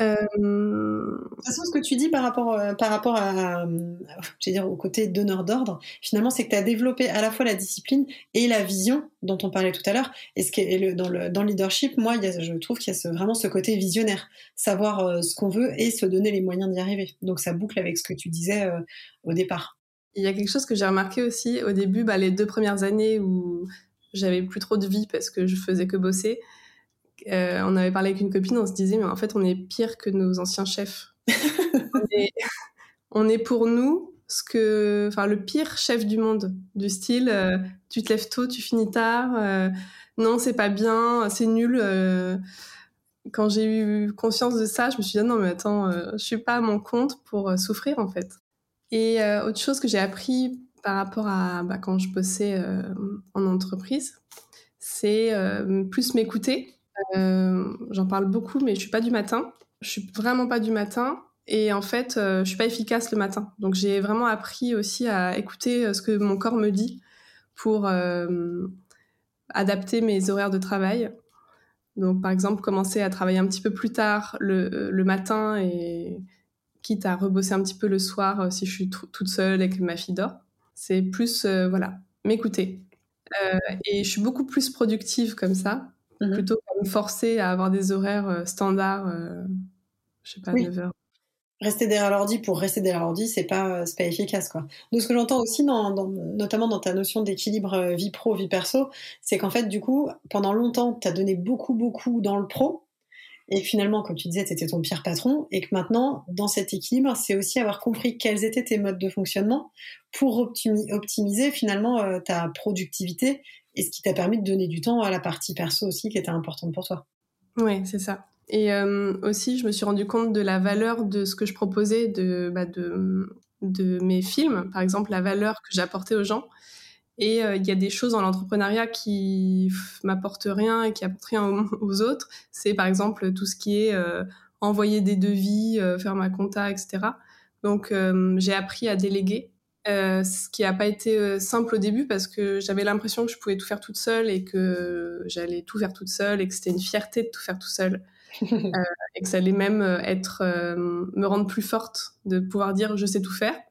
Speaker 1: De toute façon, ce que tu dis par rapport je vais dire, au côté donneur d'ordre, finalement, c'est que tu as développé à la fois la discipline et la vision dont on parlait tout à l'heure. Et dans le leadership, moi, je trouve qu'il y a vraiment ce côté visionnaire, savoir ce qu'on veut et se donner les moyens d'y arriver. Donc, ça boucle avec ce que tu disais au départ.
Speaker 2: Il y a quelque chose que j'ai remarqué aussi au début, bah, les 2 premières années où j'avais plus trop de vie parce que je faisais que bosser. On avait parlé avec une copine, on se disait, mais en fait, on est pire que nos anciens chefs. On est pour nous le pire chef du monde, du style, tu te lèves tôt, tu finis tard, non, c'est pas bien, c'est nul. Quand j'ai eu conscience de ça, je me suis dit, non, mais attends, je suis pas à mon compte pour souffrir, en fait. Et autre chose que j'ai appris par rapport à quand je bossais en entreprise, c'est plus m'écouter. J'en parle beaucoup, mais je suis pas du matin. Je suis vraiment pas du matin. Et en fait, je suis pas efficace le matin. Donc j'ai vraiment appris aussi à écouter ce que mon corps me dit pour adapter mes horaires de travail. Donc par exemple, commencer à travailler un petit peu plus tard le matin et quitte à rebosser un petit peu le soir si je suis toute seule et que ma fille dort. C'est plus, voilà, m'écouter. Et je suis beaucoup plus productive comme ça, plutôt qu'à me forcer à avoir des horaires standards, je sais pas,
Speaker 1: Oui.
Speaker 2: 9 heures.
Speaker 1: Rester derrière l'ordi pour rester derrière l'ordi, c'est pas efficace, quoi. Donc, ce que j'entends aussi notamment dans ta notion d'équilibre vie pro, vie perso, c'est qu'en fait, du coup, pendant longtemps, t'as donné beaucoup, beaucoup dans le pro, et que finalement, comme tu disais, t'étais ton pire patron, et que maintenant, dans cet équilibre, c'est aussi avoir compris quels étaient tes modes de fonctionnement pour optimiser finalement ta productivité, et ce qui t'a permis de donner du temps à la partie perso aussi qui était importante pour toi.
Speaker 2: Ouais, c'est ça. Et aussi, je me suis rendu compte de la valeur de ce que je proposais de mes films, par exemple, la valeur que j'apportais aux gens. Et il y a des choses dans l'entrepreneuriat qui m'apportent rien et qui apportent rien aux autres. C'est par exemple tout ce qui est envoyer des devis, faire ma compta, etc. Donc j'ai appris à déléguer, ce qui n'a pas été simple au début parce que j'avais l'impression que je pouvais tout faire toute seule et que j'allais tout faire toute seule et que c'était une fierté de tout faire tout seul. Et que ça allait même me rendre plus forte de pouvoir dire je sais tout faire.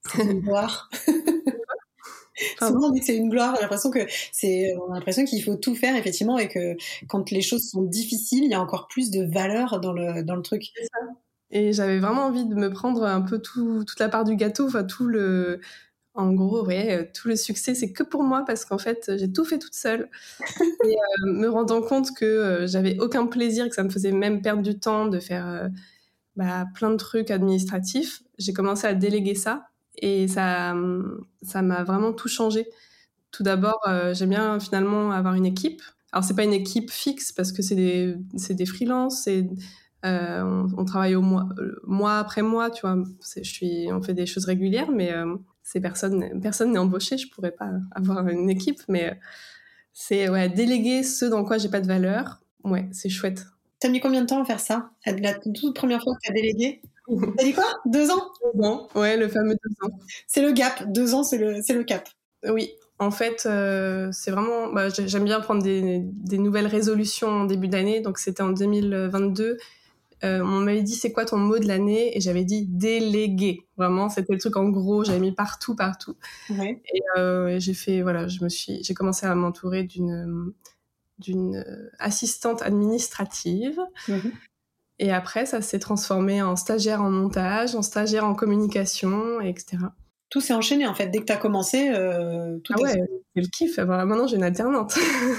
Speaker 1: C'est une gloire. Souvent on dit que c'est une gloire, on a l'impression qu'il faut tout faire effectivement et que quand les choses sont difficiles, il y a encore plus de valeur dans le truc.
Speaker 2: C'est ça. Et j'avais vraiment envie de me prendre un peu toute la part du gâteau, enfin en gros, ouais, tout le succès, c'est que pour moi parce qu'en fait, j'ai tout fait toute seule. Et me rendant compte que j'avais aucun plaisir, que ça me faisait même perdre du temps de faire plein de trucs administratifs, j'ai commencé à déléguer ça et ça m'a vraiment tout changé. Tout d'abord, j'aime bien finalement avoir une équipe. Alors c'est pas une équipe fixe parce que c'est des freelances, on travaille au mois après mois, tu vois. On fait des choses régulières, mais c'est personne n'est embauché. Je pourrais pas avoir une équipe, mais c'est déléguer ce dans quoi j'ai pas de valeur. Ouais, c'est chouette.
Speaker 1: T'as mis combien de temps à faire ça? La toute première fois que t'as délégué? T'as dit quoi? 2 ans?
Speaker 2: 2 ans, ouais, le fameux 2 ans.
Speaker 1: C'est le gap. 2 ans, c'est le cap.
Speaker 2: Oui, en fait, c'est vraiment... j'aime bien prendre des nouvelles résolutions en début d'année. Donc, c'était en 2022. On m'avait dit, c'est quoi ton mot de l'année? Et j'avais dit déléguer. Vraiment, c'était le truc en gros. J'avais mis partout.
Speaker 1: Ouais.
Speaker 2: Et j'ai fait, j'ai commencé à m'entourer d'une assistante administrative.
Speaker 1: Mmh.
Speaker 2: Et après, ça s'est transformé en stagiaire en montage, en stagiaire en communication, etc.
Speaker 1: Tout s'est enchaîné en fait. Dès que t'as commencé, tout
Speaker 2: Ah ouais, c'est le kiff. Maintenant, j'ai une alternante.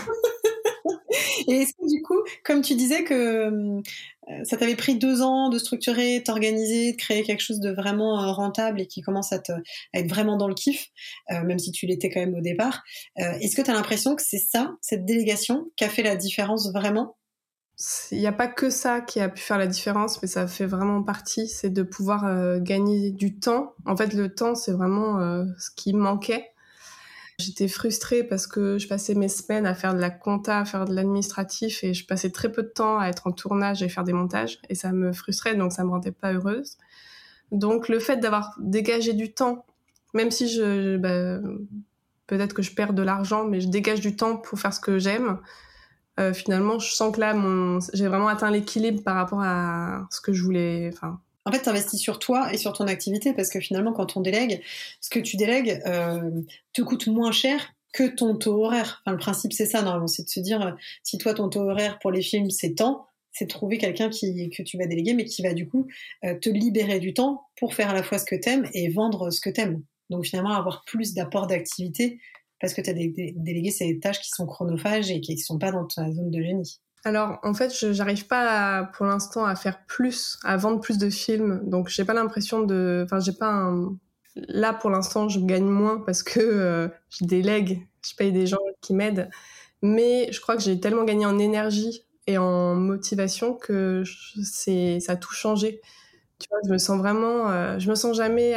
Speaker 1: Et est-ce que du coup, comme tu disais que ça t'avait pris 2 ans de structurer, t'organiser, de créer quelque chose de vraiment rentable et qui commence à être vraiment dans le kiff, même si tu l'étais quand même au départ, est-ce que tu as l'impression que c'est ça, cette délégation, qui a fait la différence vraiment?
Speaker 2: Il n'y a pas que ça qui a pu faire la différence, mais ça fait vraiment partie, c'est de pouvoir gagner du temps. En fait, le temps, c'est vraiment ce qui manquait. J'étais frustrée parce que je passais mes semaines à faire de la compta, à faire de l'administratif, et je passais très peu de temps à être en tournage et faire des montages, et ça me frustrait, donc ça me rendait pas heureuse. Donc le fait d'avoir dégagé du temps, même si peut-être que je perds de l'argent, mais je dégage du temps pour faire ce que j'aime, finalement, je sens que là, j'ai vraiment atteint l'équilibre par rapport à ce que je voulais.
Speaker 1: En fait, tu investis sur toi et sur ton activité parce que finalement, quand on délègue, ce que tu délègues te coûte moins cher que ton taux horaire. Enfin, le principe, c'est ça, normalement, c'est de se dire, si toi, ton taux horaire pour les films, c'est tant, c'est de trouver quelqu'un que tu vas déléguer, mais qui va du coup te libérer du temps pour faire à la fois ce que t'aimes et vendre ce que t'aimes. Donc finalement, avoir plus d'apport d'activité parce que tu as délégué ces tâches qui sont chronophages et qui ne sont pas dans ta zone de génie.
Speaker 2: Alors, en fait, j'arrive pas pour l'instant à faire plus, à vendre plus de films. Donc, j'ai pas l'impression de... Enfin, j'ai pas un... Là, pour l'instant, je gagne moins parce que je délègue, je paye des gens qui m'aident. Mais je crois que j'ai tellement gagné en énergie et en motivation que ça a tout changé. Tu vois, je me sens vraiment... je me sens jamais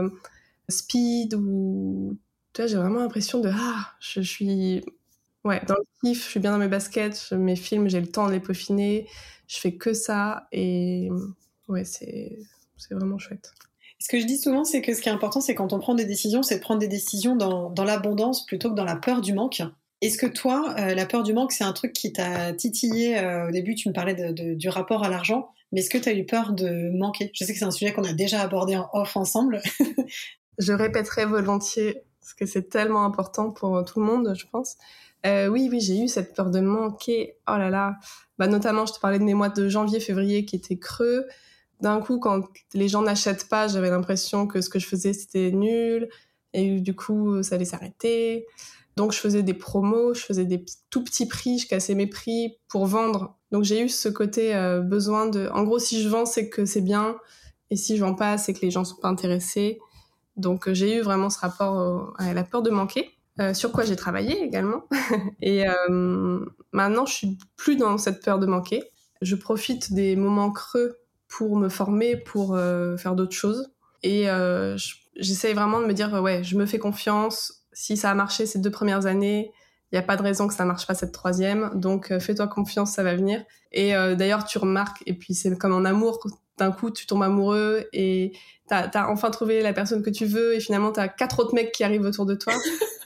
Speaker 2: speed ou... Tu vois, j'ai vraiment l'impression de... je suis... Ouais, dans le kiff, je suis bien dans mes baskets, mes films, j'ai le temps de les peaufiner, je fais que ça et ouais, c'est vraiment chouette.
Speaker 1: Ce que je dis souvent, c'est que ce qui est important, c'est quand on prend des décisions, c'est de prendre des décisions dans l'abondance plutôt que dans la peur du manque. Est-ce que toi, la peur du manque, c'est un truc qui t'a titillé au début, tu me parlais du rapport à l'argent, mais est-ce que tu as eu peur de manquer? Je sais que c'est un sujet qu'on a déjà abordé en off ensemble.
Speaker 2: Je répéterai volontiers, parce que c'est tellement important pour tout le monde, je pense. Oui, j'ai eu cette peur de manquer. Oh là là. Notamment, je te parlais de mes mois de janvier, février qui étaient creux. D'un coup, quand les gens n'achètent pas, j'avais l'impression que ce que je faisais, c'était nul. Et du coup, ça allait s'arrêter. Donc, je faisais des promos, je faisais des tout petits prix, je cassais mes prix pour vendre. Donc, j'ai eu ce côté besoin de... En gros, si je vends, c'est que c'est bien. Et si je vends pas, c'est que les gens sont pas intéressés. Donc, j'ai eu vraiment ce rapport à la peur de manquer. Sur quoi j'ai travaillé également. Et maintenant, je suis plus dans cette peur de manquer. Je profite des moments creux pour me former, pour faire d'autres choses. Et j'essaye vraiment de me dire, ouais, je me fais confiance. Si ça a marché ces 2 premières années, il n'y a pas de raison que ça marche pas cette 3e. Donc, fais-toi confiance, ça va venir. Et d'ailleurs, tu remarques, et puis c'est comme en amour, d'un coup, tu tombes amoureux et t'as enfin trouvé la personne que tu veux et finalement, t'as 4 autres mecs qui arrivent autour de toi.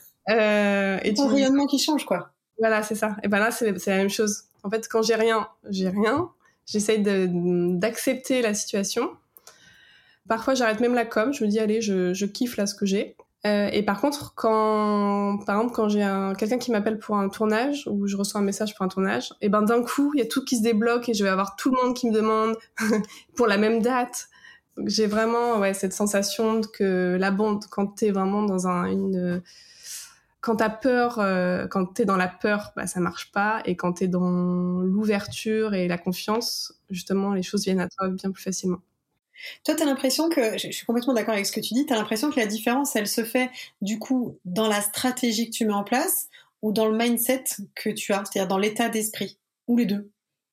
Speaker 1: Et ton rayonnement qui change, quoi.
Speaker 2: Voilà, c'est ça. Et là, c'est la même chose. En fait, quand j'ai rien. J'essaye d'accepter la situation. Parfois, j'arrête même la com. Je me dis, allez, je kiffe là ce que j'ai. Et par contre, par exemple, quand j'ai quelqu'un qui m'appelle pour un tournage ou je reçois un message pour un tournage, et ben d'un coup, il y a tout qui se débloque et je vais avoir tout le monde qui me demande pour la même date. Donc, j'ai vraiment cette sensation que la bande, quand t'es vraiment dans quand t'as peur, quand t'es dans la peur, bah ça marche pas. Et quand t'es dans l'ouverture et la confiance, justement, les choses viennent à toi bien plus facilement.
Speaker 1: Toi, tu as l'impression que, je suis complètement d'accord avec ce que tu dis, tu as l'impression que la différence, elle se fait du coup dans la stratégie que tu mets en place ou dans le mindset que tu as, c'est-à-dire dans l'état d'esprit, ou les deux?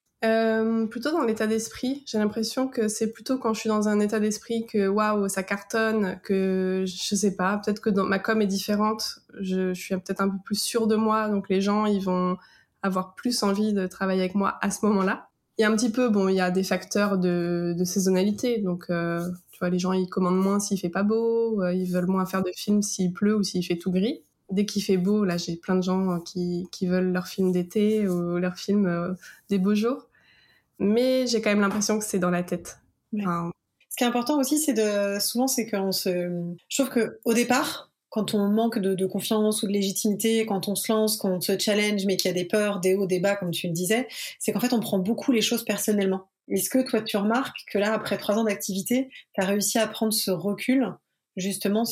Speaker 2: Plutôt dans l'état d'esprit. J'ai l'impression que c'est plutôt quand je suis dans un état d'esprit que waouh, ça cartonne, que je sais pas, peut-être que ma com est différente, je suis peut-être un peu plus sûre de moi, donc les gens ils vont avoir plus envie de travailler avec moi à ce moment-là. Il y a un petit peu, il y a des facteurs de saisonnalité, donc tu vois, les gens ils commandent moins s'il fait pas beau, ils veulent moins faire de films s'il pleut ou s'il fait tout gris. Dès qu'il fait beau, là j'ai plein de gens qui veulent leur film d'été ou leur film des beaux jours. Mais j'ai quand même l'impression que c'est dans la tête.
Speaker 1: Ouais.
Speaker 2: Enfin,
Speaker 1: Ce qui est important aussi, souvent, c'est je trouve que au départ, quand on manque de confiance ou de légitimité, quand on se lance, quand on se challenge, mais qu'il y a des peurs, des hauts, des bas, comme tu le disais, c'est qu'en fait, on prend beaucoup les choses personnellement. Est-ce que toi, tu remarques que là, après 3 ans d'activité, tu as réussi à prendre ce recul, justement,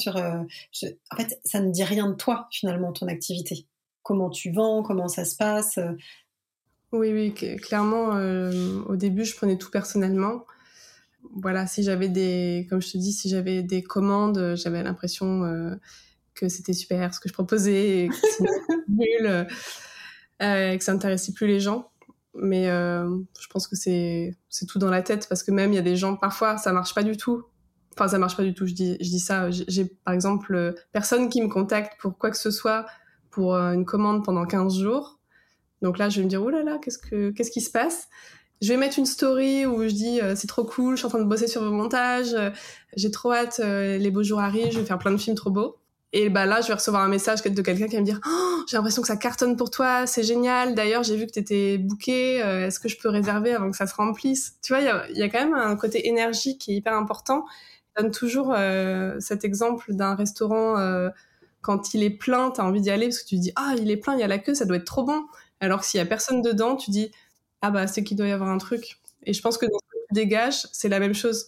Speaker 1: en fait, ça ne dit rien de toi, finalement, ton activité. Comment tu vends, comment ça se passe.
Speaker 2: oui, clairement, au début, je prenais tout personnellement. Voilà, comme je te dis, si j'avais des commandes, j'avais l'impression que c'était super ce que je proposais, et que c'était nul, et que ça n'intéressait plus les gens. Mais je pense que c'est tout dans la tête, parce que même il y a des gens, parfois, ça marche pas du tout. Enfin, ça marche pas du tout, je dis ça. J'ai, par exemple, personne qui me contacte pour quoi que ce soit pour une commande pendant 15 jours. Donc là, je vais me dire, oh là là, qu'est-ce qui se passe? Je vais mettre une story où je dis, c'est trop cool, je suis en train de bosser sur vos montages, j'ai trop hâte, les beaux jours arrivent, je vais faire plein de films trop beaux. Et bah là, je vais recevoir un message de quelqu'un qui va me dire, oh, j'ai l'impression que ça cartonne pour toi, c'est génial. D'ailleurs, j'ai vu que t'étais booké, est-ce que je peux réserver avant que ça se remplisse? Tu vois, il y a quand même un côté énergie qui est hyper important. Je donne toujours cet exemple d'un restaurant, quand il est plein, t'as envie d'y aller parce que tu te dis, ah, il est plein, il y a la queue, ça doit être trop bon. Alors que s'il y a personne dedans, tu dis, ah bah c'est qu'il doit y avoir un truc. Et je pense que dans ce que tu dégages, c'est la même chose.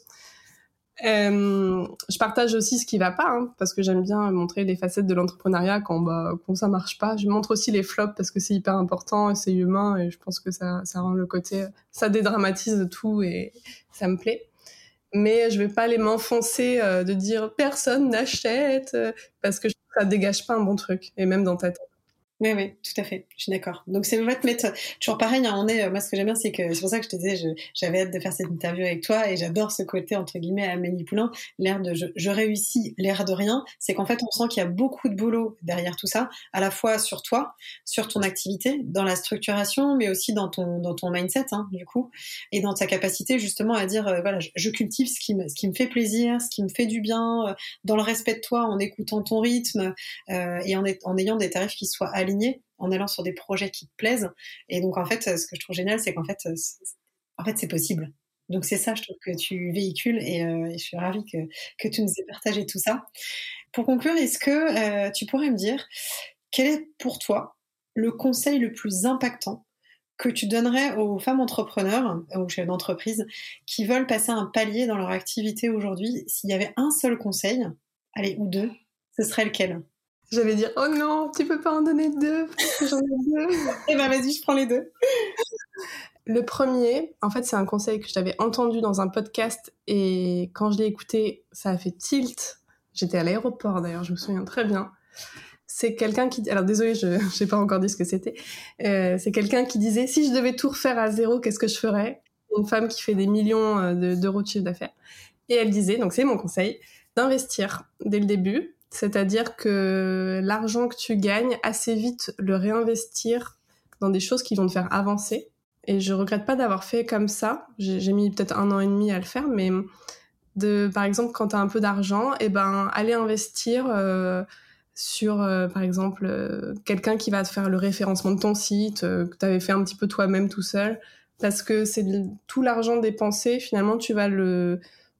Speaker 2: Je partage aussi ce qui va pas, hein, parce que j'aime bien montrer les facettes de l'entrepreneuriat quand ça marche pas. Je montre aussi les flops parce que c'est hyper important et c'est humain, et je pense que ça rend le côté, ça dédramatise tout et ça me plaît. Mais je vais pas aller m'enfoncer de dire personne n'achète, parce que je trouve que ça dégage pas un bon truc, et même dans ta tête.
Speaker 1: Oui, oui, tout à fait. Je suis d'accord. Donc, c'est vrai de mettre toujours pareil. Hein, moi, ce que j'aime bien, c'est pour ça que je te disais, j'avais hâte de faire cette interview avec toi, et j'adore ce côté, entre guillemets, Amélie Poulain, l'air de je réussis, l'air de rien. C'est qu'en fait, on sent qu'il y a beaucoup de boulot derrière tout ça, à la fois sur toi, sur ton activité, dans la structuration, mais aussi dans ton mindset, hein, du coup, et dans ta capacité, justement, à dire, voilà, je cultive ce qui me fait plaisir, ce qui me fait du bien, dans le respect de toi, en écoutant ton rythme, et en ayant des tarifs qui soient alignés, en allant sur des projets qui te plaisent. Et donc, en fait, ce que je trouve génial, c'est qu'en fait, c'est possible. Donc, c'est ça, je trouve, que tu véhicules, et je suis ravie que tu nous aies partagé tout ça. Pour conclure, est-ce que tu pourrais me dire quel est pour toi le conseil le plus impactant que tu donnerais aux femmes entrepreneurs, aux chefs d'entreprise, qui veulent passer un palier dans leur activité aujourd'hui? S'il y avait un seul conseil, allez, ou deux, ce serait lequel?
Speaker 2: J'allais dire, oh non, tu peux pas en donner deux, parce que j'en ai deux.
Speaker 1: Eh ben, vas-y, je prends les deux.
Speaker 2: Le premier, en fait, c'est un conseil que j'avais entendu dans un podcast, et quand je l'ai écouté, ça a fait tilt. J'étais à l'aéroport, d'ailleurs, je me souviens très bien. C'est quelqu'un qui... Alors, désolée, je n'ai pas encore dit ce que c'était. C'est quelqu'un qui disait, si je devais tout refaire à zéro, qu'est-ce que je ferais? Une femme qui fait des millions d'euros de chiffre d'affaires. Et elle disait, donc c'est mon conseil, d'investir dès le début. C'est-à-dire que l'argent que tu gagnes, assez vite le réinvestir dans des choses qui vont te faire avancer. Et je regrette pas d'avoir fait comme ça. J'ai mis peut-être 1 an et demi à le faire, mais par exemple, quand tu as un peu d'argent, aller investir sur, par exemple, quelqu'un qui va te faire le référencement de ton site, que tu avais fait un petit peu toi-même tout seul, parce que c'est tout l'argent dépensé, finalement, tu vas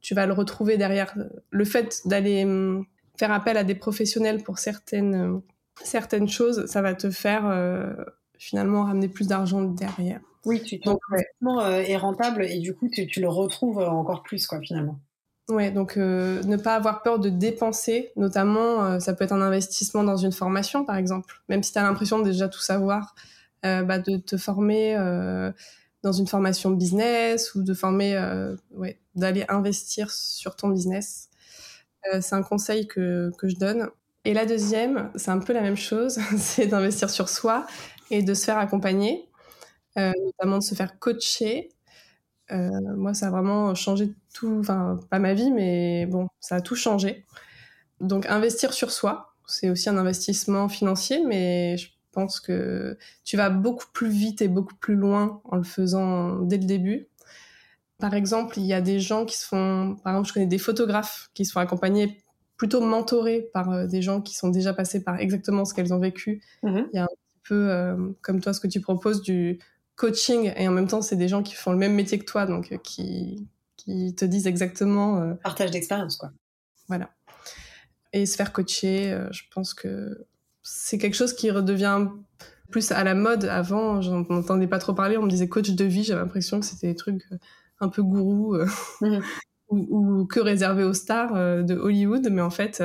Speaker 2: tu vas le retrouver derrière. Le fait d'aller faire appel à des professionnels pour certaines choses, ça va te faire finalement ramener plus d'argent derrière.
Speaker 1: Oui, ton investissement est rentable et du coup, tu le retrouves encore plus, quoi, finalement.
Speaker 2: Ouais, donc ne pas avoir peur de dépenser, notamment, ça peut être un investissement dans une formation, par exemple. Même si tu as l'impression de déjà tout savoir, de te former dans une formation business ou de former, d'aller investir sur ton business. C'est un conseil que je donne. Et la deuxième, c'est un peu la même chose, c'est d'investir sur soi et de se faire accompagner, notamment de se faire coacher. Moi, ça a vraiment changé tout, enfin, pas ma vie, mais bon, ça a tout changé. Donc, investir sur soi, c'est aussi un investissement financier, mais je pense que tu vas beaucoup plus vite et beaucoup plus loin en le faisant dès le début. Par exemple, il y a des gens qui se font, par exemple, je connais des photographes qui se font accompagner, plutôt mentorés par des gens qui sont déjà passés par exactement ce qu'elles ont vécu. Il y a un petit peu, comme toi, ce que tu proposes, du coaching, et en même temps, c'est des gens qui font le même métier que toi, donc qui te disent exactement...
Speaker 1: Partage d'expérience, quoi.
Speaker 2: Voilà. Et se faire coacher, je pense que c'est quelque chose qui redevient plus à la mode. Avant, j'en entendais pas trop parler, on me disait coach de vie, j'avais l'impression que c'était des trucs un peu gourou ou que réservé aux stars de Hollywood, mais en fait,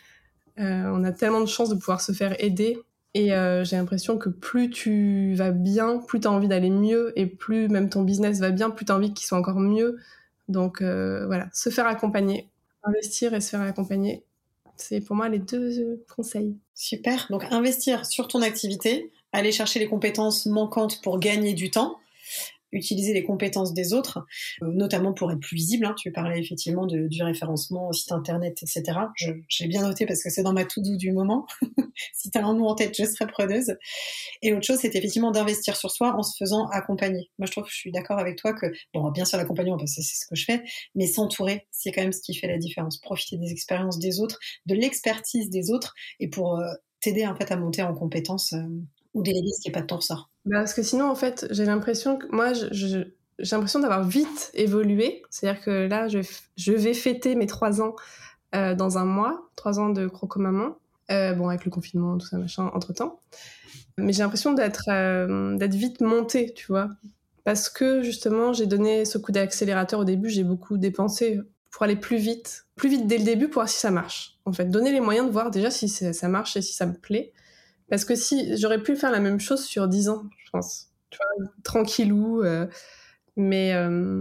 Speaker 2: on a tellement de chance de pouvoir se faire aider. Et j'ai l'impression que plus tu vas bien, plus tu as envie d'aller mieux, et plus même ton business va bien, plus tu as envie qu'il soit encore mieux. Donc voilà, se faire accompagner, investir et se faire accompagner, c'est pour moi les deux conseils.
Speaker 1: Super. Donc, investir sur ton activité, aller chercher les compétences manquantes pour gagner du temps, utiliser les compétences des autres, notamment pour être plus visible. Hein. Tu parlais effectivement du référencement, site internet, etc. J'ai bien noté parce que c'est dans ma to-do du moment. Si tu as un nom en tête, je serais preneuse. Et l'autre chose, c'est effectivement d'investir sur soi en se faisant accompagner. Moi, je trouve que je suis d'accord avec toi que, bon, bien sûr, l'accompagnement, parce que c'est ce que je fais, mais s'entourer, c'est quand même ce qui fait la différence. Profiter des expériences des autres, de l'expertise des autres, et pour t'aider en fait à monter en compétences ou déléguer ce qui n'est pas de ton ressort.
Speaker 2: Parce que sinon, en fait, j'ai l'impression que moi, j'ai l'impression d'avoir vite évolué. C'est-à-dire que là, je vais fêter mes 3 ans dans un mois, 3 ans de Croco-Maman. Bon, avec le confinement, tout ça, machin, entre-temps. Mais j'ai l'impression d'être vite montée, tu vois. Parce que, justement, j'ai donné ce coup d'accélérateur au début, j'ai beaucoup dépensé pour aller plus vite dès le début pour voir si ça marche. En fait, donner les moyens de voir déjà si ça marche et si ça me plaît. Parce que si j'aurais pu faire la même chose sur 10 ans, je pense. Tu vois, tranquillou. Mais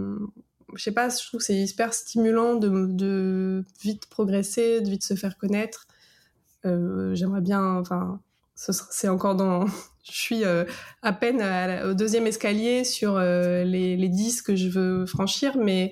Speaker 2: je sais pas, je trouve que c'est hyper stimulant de vite progresser, de vite se faire connaître. J'aimerais bien, enfin, c'est encore dans... Je suis à peine au 2e escalier sur les 10 que je veux franchir, mais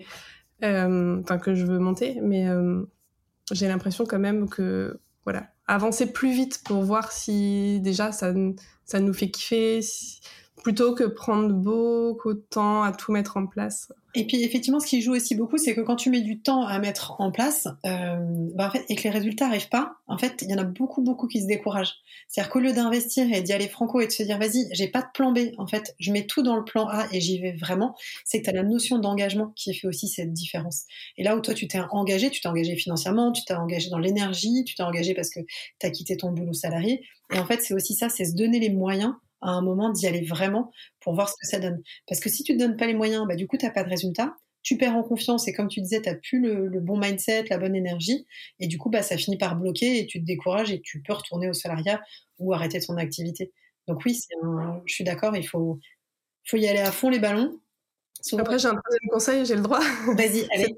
Speaker 2: enfin que je veux monter, mais j'ai l'impression quand même que voilà, avancer plus vite pour voir si déjà ça nous fait kiffer, plutôt que prendre beaucoup de temps à tout mettre en place.
Speaker 1: Et puis effectivement, ce qui joue aussi beaucoup, c'est que quand tu mets du temps à mettre en place, en fait, et que les résultats arrivent pas, en fait, il y en a beaucoup qui se découragent. C'est-à-dire qu'au lieu d'investir et d'y aller franco et de se dire, vas-y, j'ai pas de plan B, en fait, je mets tout dans le plan A et j'y vais vraiment, c'est que tu as la notion d'engagement qui fait aussi cette différence. Et là où toi, tu t'es engagé financièrement, tu t'es engagé dans l'énergie, tu t'es engagé parce que tu as quitté ton boulot salarié. Et en fait, c'est aussi ça, c'est se donner les moyens à un moment d'y aller vraiment pour voir ce que ça donne. Parce que si tu te donnes pas les moyens, du coup, t'as pas de résultat, tu perds en confiance et comme tu disais, t'as plus le bon mindset, la bonne énergie et du coup, ça finit par bloquer et tu te décourages et tu peux retourner au salariat ou arrêter ton activité. Donc oui, je suis d'accord, il faut y aller à fond les ballons.
Speaker 2: Après, j'ai un troisième conseil, j'ai le droit.
Speaker 1: Vas-y, allez.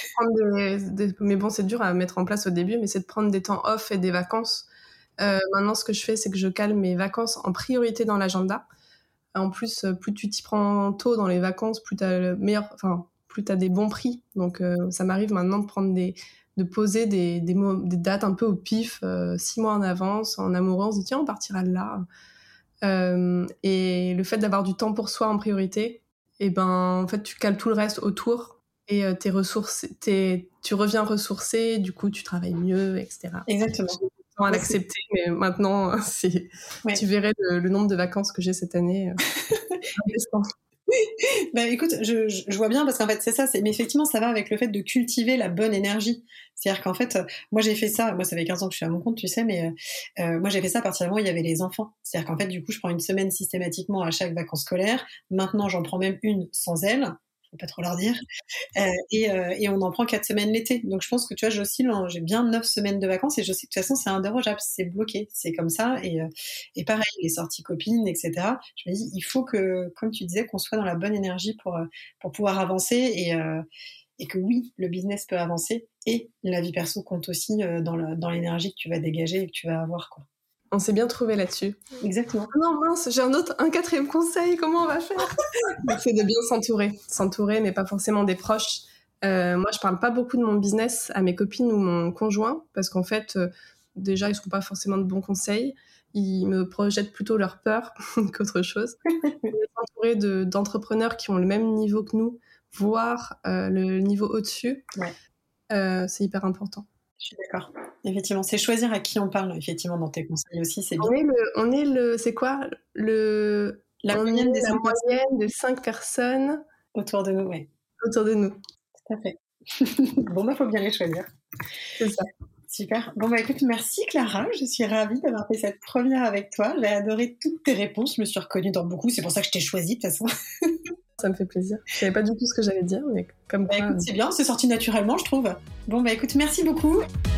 Speaker 2: Mais bon, c'est dur à mettre en place au début, mais c'est de prendre des temps off et des vacances. Maintenant, ce que je fais, c'est que je cale mes vacances en priorité dans l'agenda. En plus, plus tu t'y prends tôt dans les vacances, plus t'as plus t'as des bons prix. Donc, ça m'arrive maintenant de poser des dates un peu au pif, 6 mois en avance, en amoureux, on se dit tiens, on partira là. Et le fait d'avoir du temps pour soi en priorité, et en fait, tu cales tout le reste autour et tu reviens ressourcé, du coup, tu travailles mieux, etc.
Speaker 1: Exactement.
Speaker 2: À l'accepter, mais maintenant, tu verrais le nombre de vacances que j'ai cette année.
Speaker 1: Bah écoute, je vois bien parce qu'en fait c'est ça, mais effectivement ça va avec le fait de cultiver la bonne énergie. C'est-à-dire qu'en fait, moi j'ai fait ça, moi ça fait 15 ans que je suis à mon compte, tu sais, mais moi j'ai fait ça à partir du moment où il y avait les enfants. C'est-à-dire qu'en fait du coup je prends une semaine systématiquement à chaque vacances scolaires. Maintenant j'en prends même une sans elles, faut pas trop leur dire. Et on en prend 4 semaines l'été. Donc je pense que tu vois, j'oscille, j'ai bien 9 semaines de vacances et je sais que de toute façon c'est indérogeable, c'est bloqué, c'est comme ça. Et pareil, les sorties copines, etc. Je me dis, il faut que, comme tu disais, qu'on soit dans la bonne énergie pour pouvoir avancer et que oui, le business peut avancer et la vie perso compte aussi dans l'énergie que tu vas dégager et que tu vas avoir, quoi.
Speaker 2: On s'est bien trouvé là-dessus.
Speaker 1: Exactement.
Speaker 2: Non, mince, j'ai un quatrième conseil, comment on va faire? C'est de bien s'entourer, mais pas forcément des proches. Moi, je parle pas beaucoup de mon business à mes copines ou mon conjoint, parce qu'en fait, déjà, ils sont pas forcément de bons conseils. Ils me projettent plutôt leur peur qu'autre chose. S'entourer d'entrepreneurs qui ont le même niveau que nous, voire le niveau au-dessus, c'est hyper important.
Speaker 1: Je suis d'accord. Effectivement, c'est choisir à qui on parle, effectivement, dans tes conseils aussi, c'est bien.
Speaker 2: C'est quoi
Speaker 1: La moyenne
Speaker 2: des 5 personnes
Speaker 1: autour de nous, ouais.
Speaker 2: Autour de nous.
Speaker 1: Tout à fait. Bon, faut bien les choisir.
Speaker 2: C'est ça.
Speaker 1: Super. Bon, écoute, merci Clara. Je suis ravie d'avoir fait cette première avec toi. J'ai adoré toutes tes réponses. Je me suis reconnue dans beaucoup. C'est pour ça que je t'ai choisie, de toute façon.
Speaker 2: Ça me fait plaisir. Je savais pas du tout ce que j'allais dire, mais comme quoi...
Speaker 1: Écoute, c'est bien. C'est sorti naturellement, je trouve. Bon, écoute, merci beaucoup.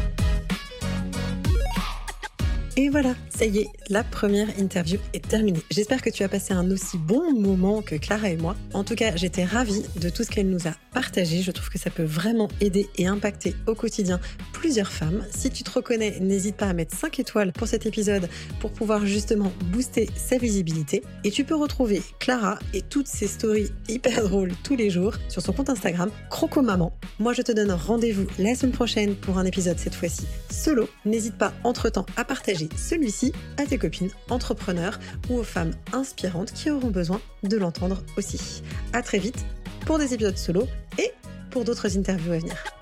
Speaker 1: Et voilà, ça y est, la première interview est terminée. J'espère que tu as passé un aussi bon moment que Clara et moi. En tout cas, j'étais ravie de tout ce qu'elle nous a partagé. Je trouve que ça peut vraiment aider et impacter au quotidien plusieurs femmes. Si tu te reconnais, n'hésite pas à mettre 5 étoiles pour cet épisode pour pouvoir justement booster sa visibilité. Et tu peux retrouver Clara et toutes ses stories hyper drôles tous les jours sur son compte Instagram Crocomaman. Moi, je te donne rendez-vous la semaine prochaine pour un épisode cette fois-ci solo. N'hésite pas entre-temps à partager celui-ci à tes copines entrepreneurs ou aux femmes inspirantes qui auront besoin de l'entendre aussi. À très vite pour des épisodes solo et pour d'autres interviews à venir.